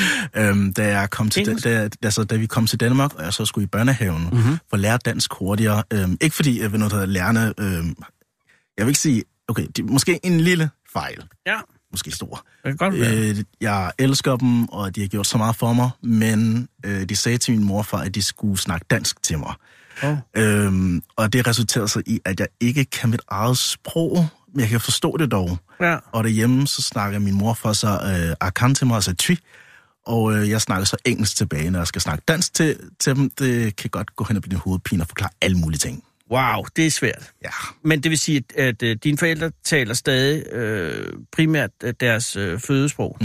S5: I?
S8: Da vi kom til Danmark, og jeg så skulle i børnehaven, for at lære dansk hurtigere. Ikke fordi jeg vil noget, der lærerne... jeg vil ikke sige... Okay, det er måske en lille fejl. Ja. Måske stor.
S5: Det kan godt være.
S8: Jeg elsker dem, og de har gjort så meget for mig, men de sagde til min morfar, at de skulle snakke dansk til mig. Og det resulterede sig i, at jeg ikke kan mit eget sprog, men jeg kan forstå det dog. Ja. Og derhjemme, så snakker min morfar så akan til mig, altså twi, og jeg snakker så engelsk tilbage, når jeg skal snakke dansk til dem. Det kan godt gå hen og blive en hovedpine og forklare alle mulige ting.
S5: Wow, det er svært.
S8: Ja.
S5: Men det vil sige, at dine forældre taler stadig primært deres fødesprog.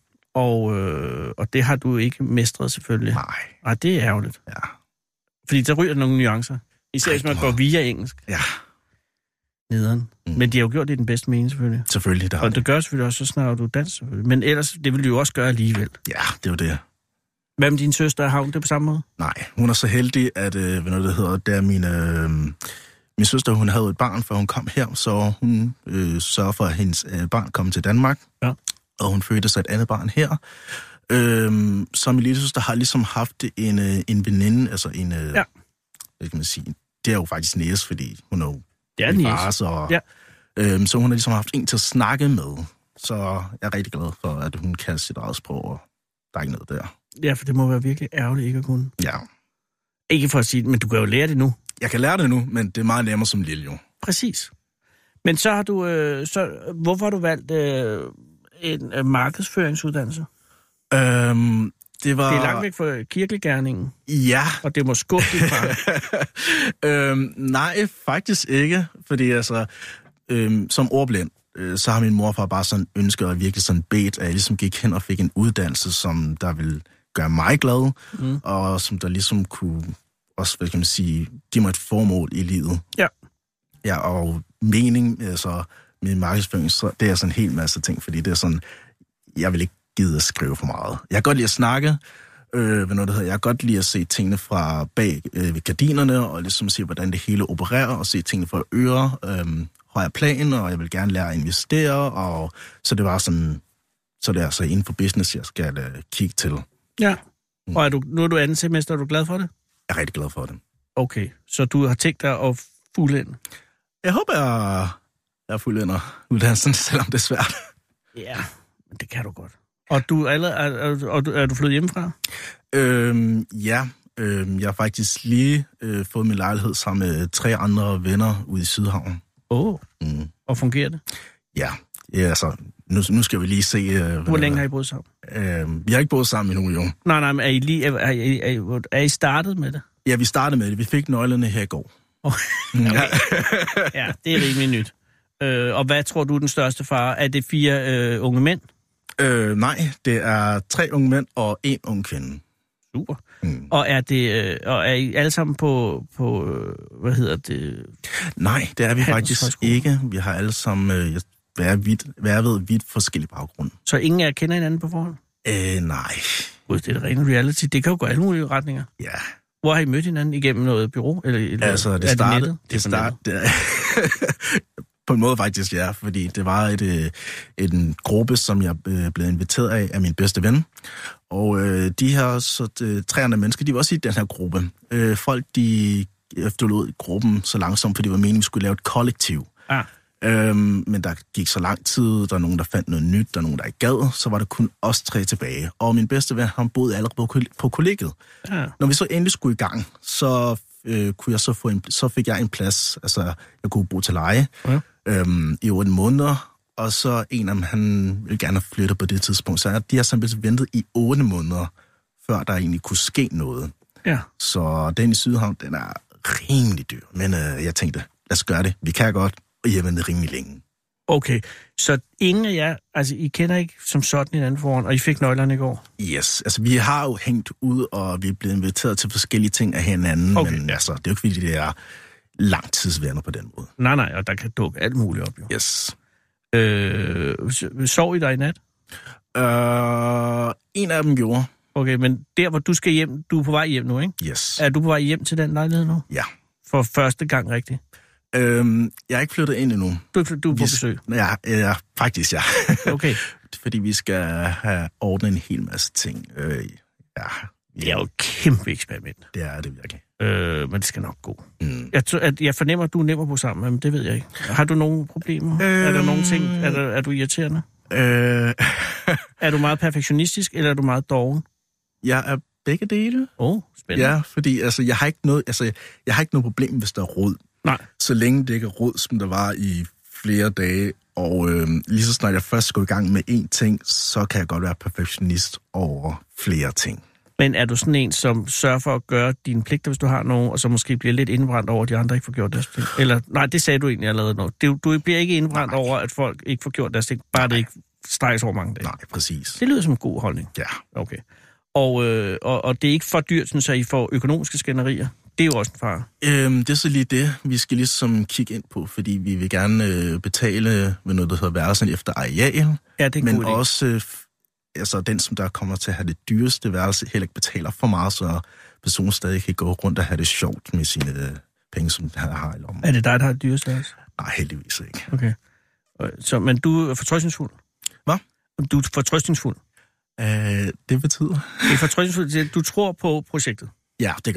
S5: Og det har du ikke mestret selvfølgelig. Nej, det er ærgerligt.
S8: Ja.
S5: Fordi der ryger nogle nuancer. Især hvis man går via engelsk.
S8: Ja.
S5: Nederen. Men de har jo gjort det i den bedste mening selvfølgelig.
S8: Selvfølgelig, det har
S5: og det gør selvfølgelig også, så snakker du dansk selvfølgelig. Men ellers, det vil du jo også gøre alligevel.
S8: Ja, det er jo det.
S5: Hvad med din søster? Har hun det på samme måde?
S8: Nej, hun er så heldig, at da min søster, hun havde et barn, før hun kom her, så hun sørger for, at hendes barn kom til Danmark. Ja. Og hun fødte sig et andet barn her. Så min lille søster har ligesom haft en veninde, altså en... hvad kan man sige? Det er jo faktisk næs, fordi hun er jo far, så hun har ligesom haft en til at snakke med. så jeg er rigtig glad for, at hun kan sit eget sprog, og der er ikke noget der.
S5: Ja, for det må være virkelig ærgerligt ikke at kunne.
S8: Ja.
S5: Ikke for at sige det, men du kan jo lære det nu.
S8: Jeg kan lære det nu, men det er meget nemmere som lille jo.
S5: Præcis. Men så har du, hvorfor har du valgt en markedsføringsuddannelse?
S8: Det var...
S5: Det er langt væk fra kirkegerningen.
S8: Ja.
S5: Og det må skubbe dit fra.
S8: Nej, faktisk ikke. Fordi altså, som ordblind, så har min morfar bare sådan ønsket og virkelig sådan bedt, at jeg ligesom gik hen og fik en uddannelse, som der ville gøre mig glad, og som der ligesom kunne også, hvad kan man sige, give mig et formål i livet.
S5: Ja. Ja,
S8: og mening, altså med markedsføring, så det er sådan en hel masse ting, fordi det er sådan, jeg vil ikke gide at skrive for meget. Jeg kan godt lide at snakke, jeg kan godt lide at se tingene fra bag ved gardinerne, og ligesom se, hvordan det hele opererer, og se tingene fra højere plan, og jeg vil gerne lære at investere, og så det var sådan, så det er altså inden for business, jeg skal kigge til. Ja,
S5: og nu er du andet semester, er du glad for det?
S8: Jeg er rigtig glad for det.
S5: Okay, så du har tænkt dig at fuldende?
S8: Jeg håber, jeg fuldender uddannelsen, selvom det er svært.
S5: Ja, men det kan du godt. Og er du flyttet hjemmefra?
S8: Ja, jeg har faktisk lige fået min lejlighed sammen med 3 andre venner ude i Sydhavn.
S5: Og fungerer det?
S8: Ja, altså, nu skal vi lige se...
S5: Hvor længe har I boet sammen?
S8: Vi har ikke boet sammen endnu, jo.
S5: Nej, men er I startet med det?
S8: Ja, vi startede med det. Vi fik nøglerne her i går.
S5: Ja, det er rimelig nyt. Og hvad tror du den største fare? Er det 4 unge mænd?
S8: Nej, det er 3 unge mænd og 1 ung kvinde.
S5: Super. Og er I alle sammen på hvad hedder det?
S8: Nej, det er vi faktisk ikke. Vi har alle sammen vidt forskellige baggrunde.
S5: Så ingen af jer kender hinanden på forhånd?
S8: Nej.
S5: Gud, det er det rene reality. Det kan jo gå alle mulige retninger.
S8: Ja.
S5: Hvor har I mødt hinanden igennem noget bureau? Eller
S8: altså, det startede på en måde faktisk, ja, fordi det var en gruppe, som jeg blev inviteret af min bedste ven. Og de her 300 mennesker, de var også i den her gruppe. Folk, de efterlod gruppen så langsomt, fordi det var meningen, vi skulle lave et kollektiv. Men der gik så lang tid, der er nogen, der fandt noget nyt, der er nogen, der ikke gad, så var der kun os 3 tilbage. Og min bedste ven, han boede allerede på kollegiet. Når vi så endelig skulle i gang, så så fik jeg en plads, altså jeg kunne bo til leje i 8 måneder, og så en af dem, han ville gerne flytte på det tidspunkt, så de har simpelthen ventet i 8 måneder, før der egentlig kunne ske noget. Ja. Så den i Sydhavn, den er rimelig dyr, men jeg tænkte, lad os gøre det, vi kan godt, og I har ventet rimelig længe.
S5: Okay, så ingen af jer, altså I kender ikke som sådan hinanden foran, og I fik nøglerne i går?
S8: Yes, altså vi har jo hængt ud, og vi er blevet inviteret til forskellige ting af hinanden, men altså, det er jo ikke fordi, det er langtidsvenner på den måde.
S5: Nej, og der kan dukke alt muligt op, jo.
S8: Yes.
S5: Sov I der i nat?
S8: En af dem gjorde.
S5: Okay, men der hvor du skal hjem, du er på vej hjem nu, ikke?
S8: Yes.
S5: Er du på vej hjem til den lejlighed nu?
S8: Ja.
S5: For første gang rigtigt?
S8: Jeg er ikke flyttet ind endnu.
S5: Du er på besøg?
S8: Ja, faktisk ja.
S5: Okay.
S8: Fordi vi skal have ordnet en hel masse ting.
S5: Det er jo et kæmpe eksperiment.
S8: Det er det virkelig.
S5: Men det skal nok gå. Jeg fornemmer, at du er nem at bo sammen, men det ved jeg ikke. Har du nogle problemer? Er der nogle ting? Er du irriterende? Er du meget perfektionistisk, eller er du meget doven?
S8: Jeg er begge dele.
S5: Spændende.
S8: Ja, fordi altså, jeg har ikke noget problem, hvis der er rod.
S5: Nej.
S8: Så længe det ikke er rod, som der var i flere dage, og lige så snart jeg først går i gang med én ting, så kan jeg godt være perfektionist over flere ting.
S5: Men er du sådan en, som sørger for at gøre dine pligter, hvis du har nogen, og så måske bliver lidt indbrændt over, at de andre ikke får gjort deres ting? Eller, nej, det sagde du egentlig allerede nu. Du bliver ikke indbrændt over, at folk ikke får gjort deres ting, bare det ikke strækkes over mange dage?
S8: Nej, præcis.
S5: Det lyder som en god holdning.
S8: Ja.
S5: Okay. Og det er ikke for dyrt, så I får økonomiske skænderier? Det er jo også en fare.
S8: Det er så lige det, vi skal ligesom kigge ind på, fordi vi vil gerne betale med noget, der hedder værelsen efter areal.
S5: Ja, det er
S8: men også altså den, som der kommer til at have det dyreste værelse, heller ikke betaler for meget, så personen stadig kan gå rundt og have det sjovt med sine penge, som han har i lommen.
S5: Er det dig, der har det dyreste værelse?
S8: Nej, heldigvis ikke.
S5: Okay. Men du er fortrøstningsfuld?
S8: Hvad?
S5: Du er fortrøstningsfuld?
S8: Det betyder?
S5: Det er fortrøstningsfuld. Du tror på projektet?
S8: Ja, det gør jeg.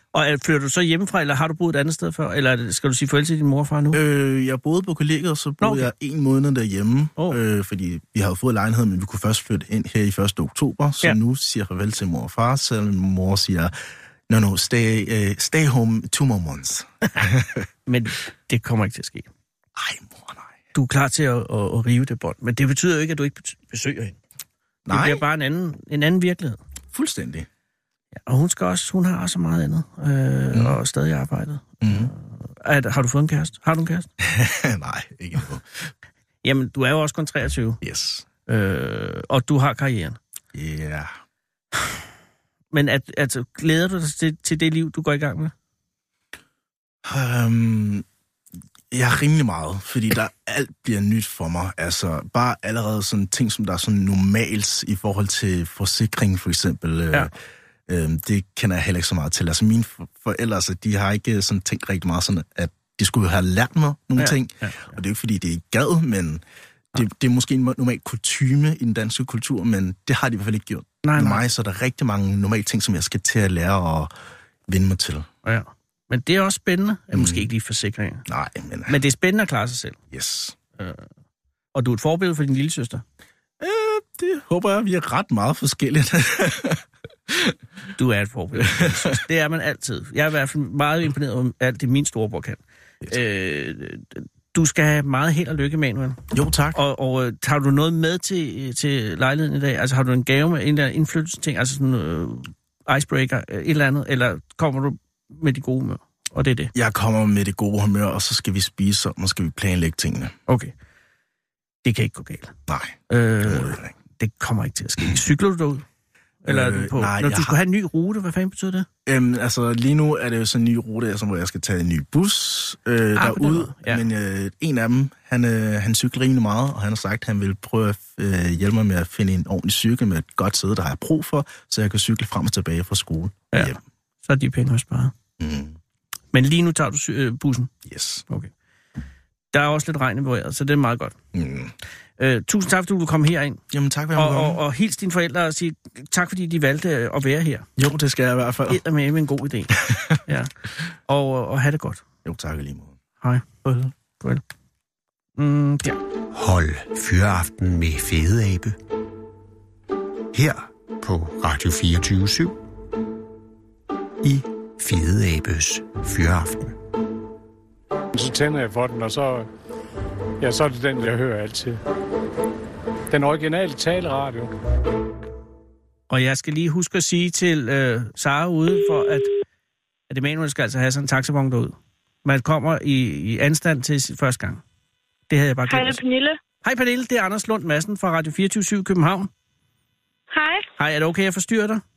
S5: Og flytter du så hjemmefra, eller har du boet et andet sted før? Eller skal du sige farvel til din mor og far nu?
S8: Jeg boede på kollegiet, og så boede jeg 1 måned derhjemme. Fordi vi havde fået lejlighed, men vi kunne først flytte ind her i 1. oktober. Så nu siger jeg farvel til mor og far, selvom mor siger, no, stay home 2 more months.
S5: Men det kommer ikke til at ske.
S8: Ej, mor, nej.
S5: Du er klar til at rive det bånd, men det betyder jo ikke, at du ikke besøger hende. Nej. Det bliver bare en anden virkelighed.
S8: Fuldstændig.
S5: Ja, og hun har også meget andet, og stadig arbejdet. Har du fået en kæreste? Har du en kæreste?
S8: Nej, ikke endnu.
S5: Jamen, du er jo også kun 23.
S8: Yes.
S5: Og du har karrieren.
S8: Ja. Yeah.
S5: Men glæder du dig til det liv, du går i gang med?
S8: Ja, rimelig meget, fordi alt bliver nyt for mig. Altså, bare allerede sådan ting, som der er sådan normalt i forhold til forsikring, for eksempel. Ja. Det kender jeg heller ikke så meget til. Altså, mine forældre, altså, de har ikke sådan tænkt rigtig meget sådan, at de skulle have lært mig nogle ting. Ja. Og det er jo ikke, fordi det er gad, men det er måske en normal kutyme i den danske kultur, men det har de i hvert fald ikke gjort. Nej. Med mig, så er der rigtig mange normale ting, som jeg skal til at lære og vende mig til.
S5: Ja. Men det er også spændende. Måske ikke lige forsikringer.
S8: Nej,
S5: men det er spændende at klare sig selv.
S8: Yes.
S5: Og du er et forbillede for din lille søster?
S8: Det håber jeg, vi er ret meget forskellige.
S5: Du er et forbillede. Det er man altid. Jeg er i hvert fald meget imponeret over alt det, min storebror kan. Yes. Du skal have meget held og lykke, Manuel.
S8: Jo, tak.
S5: Og tager du noget med til lejligheden i dag? Altså har du en gave med en der indflydelsesting? Altså sådan icebreaker, et eller andet? Eller kommer du med de gode humør? Og det er det?
S8: Jeg kommer med det gode humør, og så skal vi spise sammen, og skal vi planlægge tingene.
S5: Okay. Det kan ikke gå galt.
S8: Nej.
S5: Det kommer ikke til at ske. Cykler du derud? Eller er du på?
S8: Nej,
S5: når du skulle have en ny rute, hvad fanden betyder det?
S8: Altså lige nu er det jo sådan en ny rute, altså, hvor jeg skal tage en ny bus derud. Ja. Men en af dem, han cykler rimelig meget, og han har sagt, at han vil prøve at hjælpe mig med at finde en ordentlig cykel med et godt sæde, der har jeg brug for, så jeg kan cykle frem og tilbage fra skole.
S5: Ja. Så er de penge også sparet. Men lige nu tager du bussen?
S8: Yes.
S5: Okay. Der er også lidt regn i vejret, så det er meget godt. Tusind tak, fordi du vil komme herind.
S8: Jamen tak,
S5: og hils dine forældre og sige tak, fordi de valgte at være her.
S8: Jo, det skal jeg i hvert fald.
S5: Det er med en god idé. Ja. Og have det godt.
S8: Jo, tak lige måde.
S5: Hej. Farvel. Ja.
S3: Hold Fyraften med Fede Abe. Her på Radio 24/7 i Fede Abes Fyraften.
S9: Så tænder jeg for den, og så er det den, jeg hører altid. Den originale taleradio.
S5: Og jeg skal lige huske at sige til Sara ude, for at Emanuel skal altså have sådan en taxavogn derud. Man kommer i anstand til første gang. Det havde jeg bare glemt.
S10: Hej, Pernille.
S5: Hej, Pernille. Det er Anders Lund Madsen fra Radio 24/7 København.
S10: Hej.
S5: Hej, er det okay, at jeg forstyrrer dig?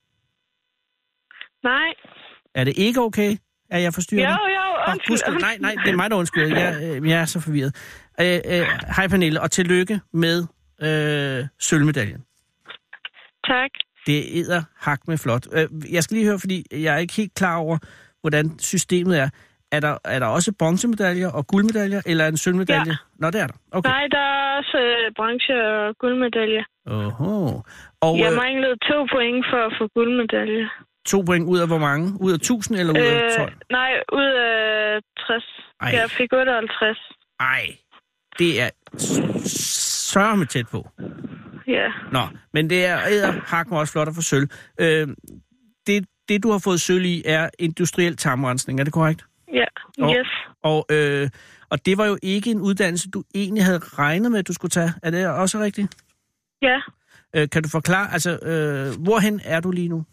S10: Nej.
S5: Er det ikke okay, at jeg forstyrrer dig?
S10: Jo, undskyld.
S5: Nej, det er mig, der undskylder. Jeg er så forvirret. Hej, Pernille, og tillykke med sølvmedaljen.
S10: Tak.
S5: Det er hak med flot. Jeg skal lige høre, fordi jeg er ikke helt klar over, hvordan systemet er. Er der også bronzemedaljer og guldmedaljer, eller en sølvmedalje?
S10: Ja.
S5: Nå, det er der. Okay.
S10: Nej, der er også bronze- og guldmedalje.
S5: Oho. Og,
S10: jeg manglede 2 point for at få guldmedalje.
S5: 2 point ud af hvor mange? Ud af 1000 eller ud af 12?
S10: Nej, ud af 60.
S5: Ej.
S10: Jeg fik 58.
S5: Ej, det er sørme tæt på.
S10: Ja.
S5: Nå, men det er hakken også flot at få sølv. Det, du har fået sølv i, er industriel tarmrensning, er det korrekt?
S10: Ja, yes.
S5: Og det var jo ikke en uddannelse, du egentlig havde regnet med, at du skulle tage. Er det også rigtigt?
S10: Ja.
S5: Kan du forklare, altså, hvorhen er du lige nu?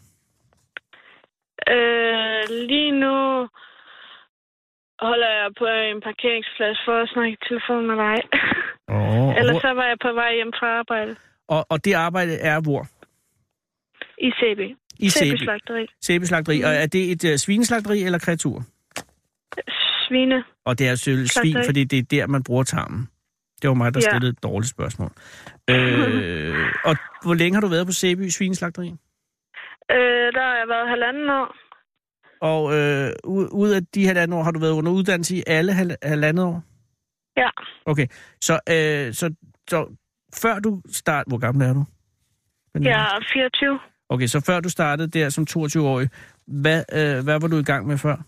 S10: Lige nu holder jeg på en parkeringsplads for at snakke i telefon med dig. Ellers så var jeg på vej hjem fra arbejde.
S5: Og det arbejde er hvor?
S10: I CB.
S5: I
S10: CB-slagteri.
S5: CB-slagteri. Og er det et svineslagteri eller kreatur?
S10: Svine.
S5: Og det er selvfølgelig svin, fordi det er der, man bruger tarmen. Det var mig, der stillede et dårligt spørgsmål. Og hvor længe har du været på CB svineslagteri?
S10: Der har jeg været 1,5 år.
S5: Og ud af de 1,5 år har du været under uddannelse i alle 1,5 år?
S10: Ja.
S5: Okay, så før du startede... Hvor gammel er du?
S10: Jeg er 24.
S5: Okay, så før du startede der som 22-årig, hvad var du i gang med før?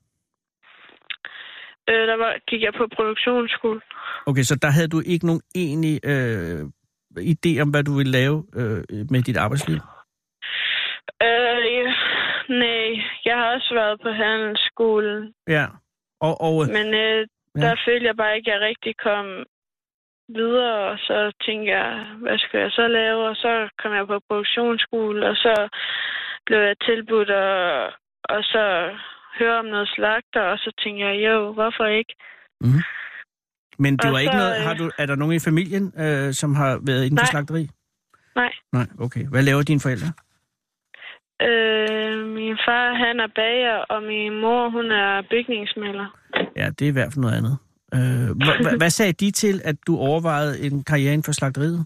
S10: Gik jeg på produktionsskole.
S5: Okay, så der havde du ikke nogen egentlig idé om, hvad du ville lave med dit arbejdsliv?
S10: Nej, jeg har også været på handelsskolen.
S5: Ja.
S10: Men der følte jeg bare ikke, at jeg rigtig kom videre, og så tænkte jeg, hvad skal jeg så lave? Og så kom jeg på produktionsskole, og så blev jeg tilbudt og så høre om noget slagter, og så tænkte jeg, jo, hvorfor ikke? Mm.
S5: Men det var ikke noget, er der nogen i familien, som har været inden for slagteri?
S10: Nej.
S5: Nej, okay. Hvad laver dine forældre?
S10: Min far, han er bager, og min mor, hun er bygningsmaler.
S5: Ja, det er i hvert fald noget andet. Hvad sagde de til, at du overvejede en karriere inden for slagteriet?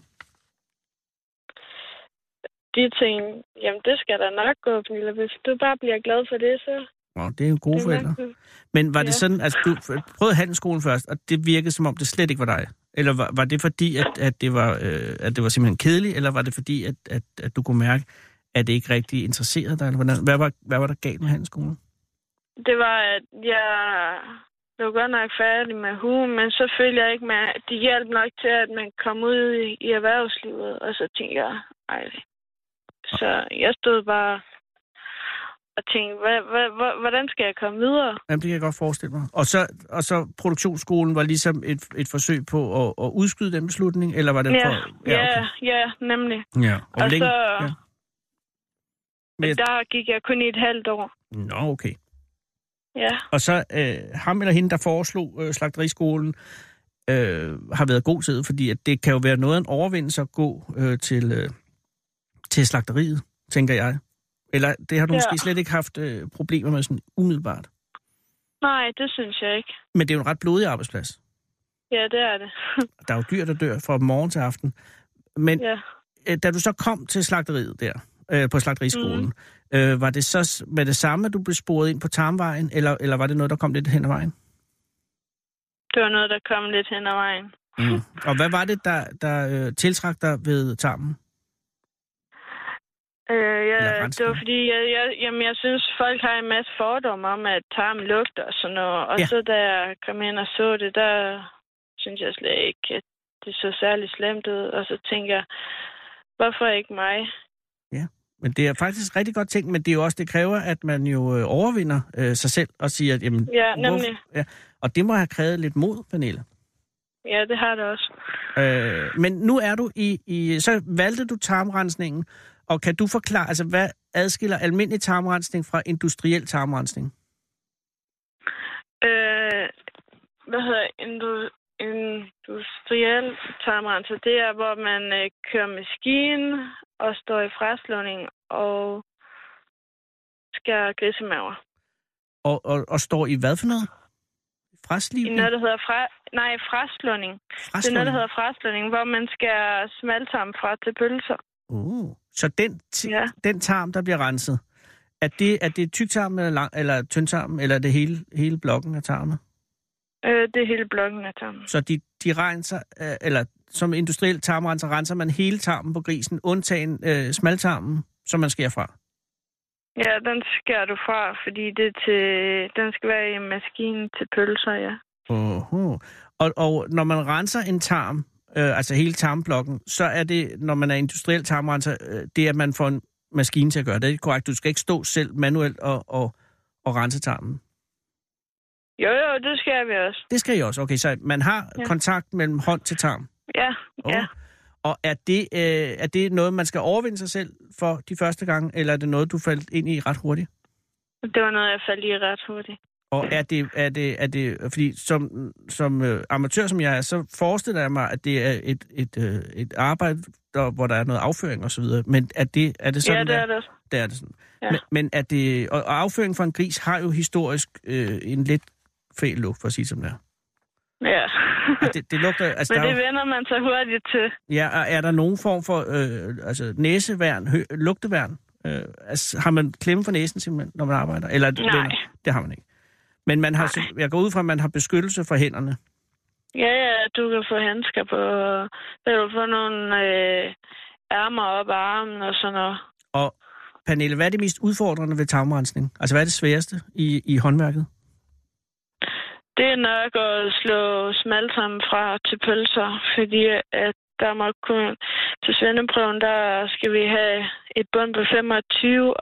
S10: De tænkte, jamen det skal da nok gå, Pernille. Hvis du bare bliver glad for det, så...
S5: Det er jo gode forældre. Men var det sådan, altså du prøvede handelsskolen først, og det virkede som om det slet ikke var dig? Eller var det fordi, at det var simpelthen kedeligt, eller var det fordi, at du kunne mærke, at det ikke rigtig interesserede dig? Eller hvad var der galt med handelsskolen?
S10: Det var, at jeg blev godt nok færdig med hue, men så følte jeg ikke, at det hjalp nok til, at man kom ud i erhvervslivet, og så tænkte jeg, ej. Så jeg stod bare og tænkte, hvordan skal jeg komme videre? Jamen, det kan jeg godt forestille mig. Og så produktionsskolen var ligesom et forsøg på at udskyde den beslutning, eller var det Ja, nemlig.
S5: Ja.
S10: Og så... Men der gik jeg kun i et halvt år.
S5: Nå, okay.
S10: Ja.
S5: Og så ham eller hende, der foreslog slagteriskolen, har været god tid, fordi at det kan jo være noget af en overvindelse at gå til slagteriet, tænker jeg. Eller det har du måske slet ikke haft problemer med sådan umiddelbart?
S10: Nej, det synes jeg ikke.
S5: Men det er jo en ret blodig arbejdsplads.
S10: Ja, det er det.
S5: Der er jo dyr, der dør fra morgen til aften. Men da du så kom til slagteriet der, på slagteriskolen, var det så med det samme, at du blev sporet ind på tarmvejen, eller var det noget, der kom lidt hen ad vejen?
S10: Det var noget, der kom lidt hen ad vejen.
S5: Mm. Og hvad var det, der tiltrak dig ved tarmen?
S10: Det var fordi, jeg synes, folk har en masse fordomme om, at tarmen lugter og sådan noget. Og så da jeg kom ind og så det, der synes jeg slet ikke, at det så særlig slemt ud. Og så tænker jeg, hvorfor ikke mig? Ja,
S5: men det er faktisk rigtig godt tænkt, men det er jo også, det kræver, at man jo overvinder sig selv og siger, at jamen...
S10: Ja, nemlig.
S5: Og det må have krævet lidt mod, Pernille.
S10: Ja, det har det også.
S5: Men nu er du så valgte du tarmrensningen, og kan du forklare, altså hvad adskiller almindelig tarmrensning fra industriel tarmrensning?
S10: Industriel tarmrenser, det er, hvor man kører maskinen og står i fraslåning og skærer grisemaver.
S5: Og står i hvad for noget? Fraslivning?
S10: Noget, der hedder fraslåning. Det er noget, der hedder fraslåning, hvor man skærer smaltarm fra til pølser.
S5: Så den tarm, der bliver renset, er det tyktarm eller tyndtarm, eller er det hele blokken af tarme?
S10: Det er hele blokken af tarmen.
S5: Så de renser, eller som industriel tarmrenser, renser man hele tarmen på grisen, undtagen smaltarmen, som man skærer fra?
S10: Ja, den skærer du fra, fordi den skal være i maskinen til pølser, ja.
S5: Og når man renser en tarm, altså hele tarmblokken, så er det, når man er industriel tarmrenser, det er, at man får en maskine til at gøre det. Det er korrekt. Du skal ikke stå selv manuelt og rense tarmen.
S10: Jo, det skal vi også.
S5: Det skal I også. Okay, så man har kontakt mellem hånd til tarm?
S10: Ja.
S5: Og er det noget, man skal overvinde sig selv for de første gange, eller er det noget, du faldt ind i ret hurtigt?
S10: Det var noget, jeg faldt i ret hurtigt.
S5: Og er det fordi som amatør som jeg er, så forestiller jeg mig, at det er et arbejde, hvor der er noget afføring og så videre. Men er det sådan?
S10: Ja, det er det.
S5: Det er det sådan. Ja. Men er det, og afføring fra en gris har jo historisk en lidt fæl lugt, for at sige som det er.
S10: Ja.
S5: Det lugter, altså,
S10: men det vender man så hurtigt til.
S5: Ja, og er der nogen form for næseværn, lugteværn? Altså, har man klemme for næsen simpelthen, når man arbejder? Eller,
S10: nej.
S5: Det har man ikke. Men man har, jeg går ud fra, at man har beskyttelse for hænderne.
S10: Ja, du kan få handsker på, du kan få nogle ærmer op af armen og sådan noget.
S5: Og Pernille, hvad er det mest udfordrende ved tarmrensning? Altså, hvad er det sværeste i håndværket?
S10: Det er nok at slå smaltarmen fra til pølser, fordi at der må kun til svendeprøven, der skal vi have et bund på 25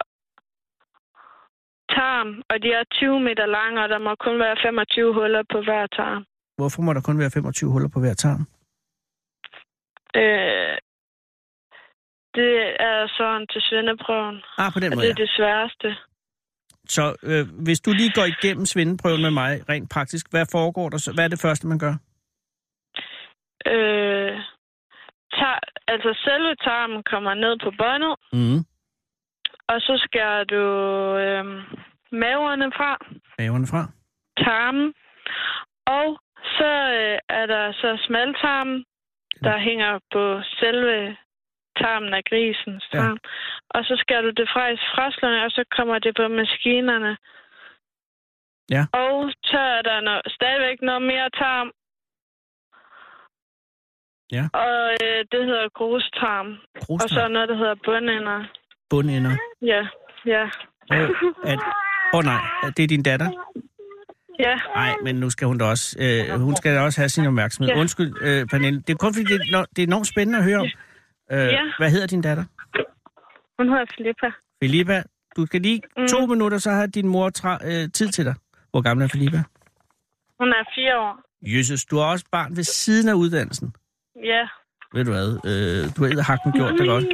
S10: tarm, og de er 20 meter lange, og der må kun være 25 huller på hver tarm.
S5: Hvorfor må der kun være 25 huller på hver tarm?
S10: Det er sådan til svendeprøven.
S5: På den måde,
S10: det er det sværeste.
S5: Så hvis du lige går igennem svendeprøven med mig, rent praktisk, hvad foregår der så? Hvad er det første, man gør?
S10: Altså selve tarmen kommer ned på båndet, og så skærer du maverne fra.
S5: Maverne fra?
S10: Tarmen. Og så er der så smaltarmen, der hænger på selve tarmen af grisens tarm. Ja. Og så skærer du det fra i fraslerne, og så kommer det på maskinerne.
S5: Ja.
S10: Og så er der stadigvæk noget mere tarm.
S5: Ja.
S10: Og det hedder grustarm. Og så noget, der hedder bundender.
S5: Bundender?
S10: Ja.
S5: Nej, det er din datter?
S10: Ja.
S5: Nej, men nu skal hun da også, hun skal da også have sin opmærksomhed. Ja. Undskyld, Pernille. Det er kun fordi, det er enormt spændende at høre om. Hvad hedder din datter?
S10: Hun hedder Filippa.
S5: Filippa, du skal lige 2 minutter, så har din mor tid til dig. Hvor gammel er Filippa?
S10: Hun er 4 år.
S5: Jesus, du er også barn ved siden af uddannelsen.
S10: Ja.
S5: Ved du hvad? Du har edderhakken gjort det godt.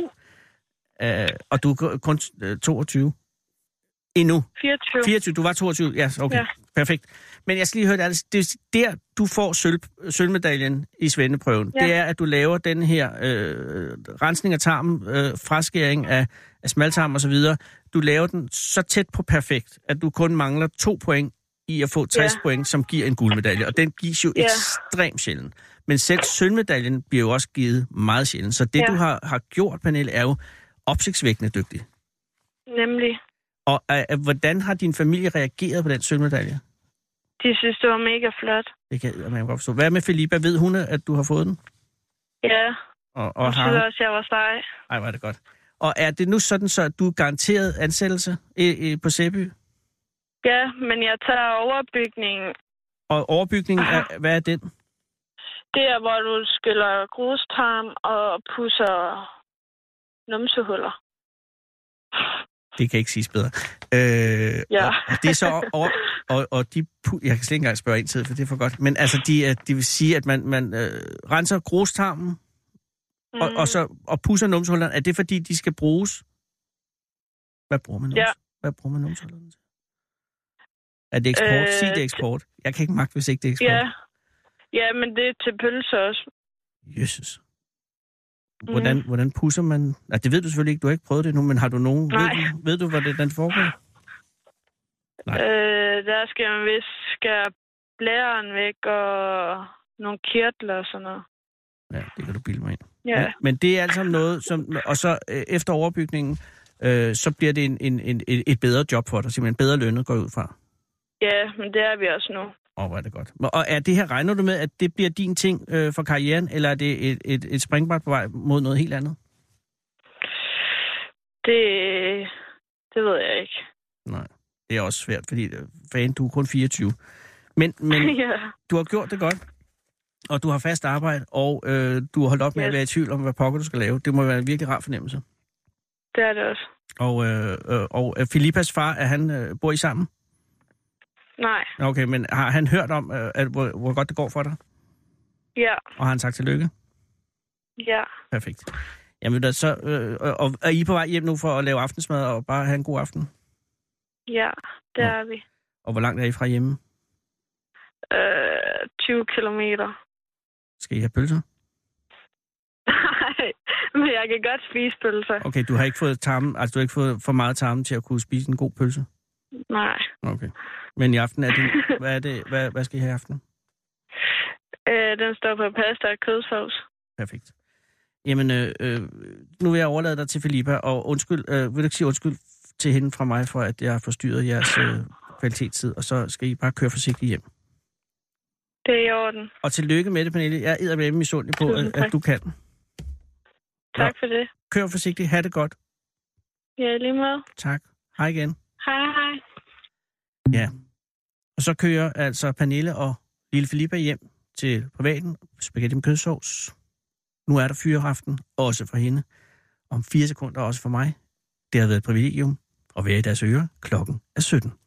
S5: Og du er kun 22. Endnu? 24. Du var 22. Ja, okay. Ja. Perfekt. Men jeg skal lige høre det. Det er der, du får sølvmedaljen i svendeprøven. Ja. Det er, at du laver den her rensning af tarmen, fraskæring af smaltarm og så videre. Du laver den så tæt på perfekt, at du kun mangler 2 point i at få 60 point, som giver en guldmedalje. Og den gives jo ekstremt sjældent. Men selv sølvmedaljen bliver jo også givet meget sjældent. Så det, du har gjort, Pernille, er jo opsigtsvækkende dygtig.
S10: Nemlig.
S5: Og hvordan har din familie reageret på den sølvmedalje?
S10: De synes, det var mega flot.
S5: Det kan man godt forstå. Hvad med Filippa? Ved hun, at du har fået den?
S10: Ja.
S5: Og
S10: jeg synes også, jeg var sej.
S5: Ej, var det godt. Og er det nu sådan, så du er garanteret ansættelse på Sæby?
S10: Ja, men jeg tager overbygningen.
S5: Og overbygningen, hvad er den?
S10: Det er, hvor du skyller grustarm og pusser numsehuller.
S5: Det kan ikke siges bedre.
S10: Ja.
S5: Og det er så og de jeg kan slet ikke engang spørge en tid, for det er for godt. Men altså, de vil sige, at man renser grustarmen og pusser numsehullerne. Er det fordi, de skal bruges? Hvad bruger man Hvad bruger man numsehullerne til? Er det eksport? Sig det eksport. Jeg kan ikke magte, hvis ikke det er eksport.
S10: Ja, men det er til pølser også.
S5: Jesus. Hvordan pusser man? Altså, det ved du selvfølgelig ikke, du har ikke prøvet det nu, men har du nogen... Ved du, hvordan det foregår? Nej.
S10: Der skal man vist skære blæren væk og nogle kirtler og sådan noget.
S5: Ja, det kan du bilde mig ind.
S10: Ja.
S5: Men det er altså noget, som... Og så efter overbygningen, så bliver det et bedre job for dig, simpelthen bedre lønnet går ud fra.
S10: Ja, men det er vi også nu.
S5: Hvor er det godt. Og er det her, regner du med, at det bliver din ting for karrieren, eller er det et springbræt på vej mod noget helt andet?
S10: Det ved jeg ikke.
S5: Nej, det er også svært, fordi du er kun 24. Men du har gjort det godt, og du har fast arbejde, og du har holdt op med at være i tvivl om, hvad pokker du skal lave. Det må være en virkelig rar fornemmelse.
S10: Det er det også.
S5: Og Filippas far, han bor I sammen?
S10: Nej. Okay,
S5: men har han hørt om, hvor godt det går for dig?
S10: Ja.
S5: Og har han sagt tillykke?
S10: Ja.
S5: Perfekt. Jamen, så er I på vej hjem nu for at lave aftensmad og bare have en god aften?
S10: Ja, det er vi.
S5: Og hvor langt er I fra hjemme?
S10: 20 kilometer.
S5: Skal I have pølser?
S10: Nej, men jeg kan godt spise pølser.
S5: Okay, du har ikke fået tarmen, altså du har ikke fået for meget tarmen til at kunne spise en god pølse?
S10: Nej.
S5: Okay. Men i aften hvad skal I have i aften?
S10: Den står på pasta og kødsovs.
S5: Perfekt. Jamen, nu vil jeg overlade dig til Filippa, og undskyld, vil du ikke sige undskyld til hende fra mig, for at jeg har forstyrret jeres kvalitetstid, og så skal I bare køre forsigtigt hjem.
S10: Det er i orden.
S5: Og tillykke med det, Pernille. Jeg er eddermame misundelig på, at du kan.
S10: Tak for det.
S5: Kør forsigtigt. Ha' det godt.
S10: Ja, lige måde.
S5: Tak. Hej igen.
S10: Hej.
S5: Ja. Og så kører altså Pernille og lille Filippa hjem til privaten. Spaghetti med kødsovs. Nu er der fyreaften, også for hende. Om 4 sekunder også for mig. Det har været et privilegium at være i deres ører. Klokken er 17.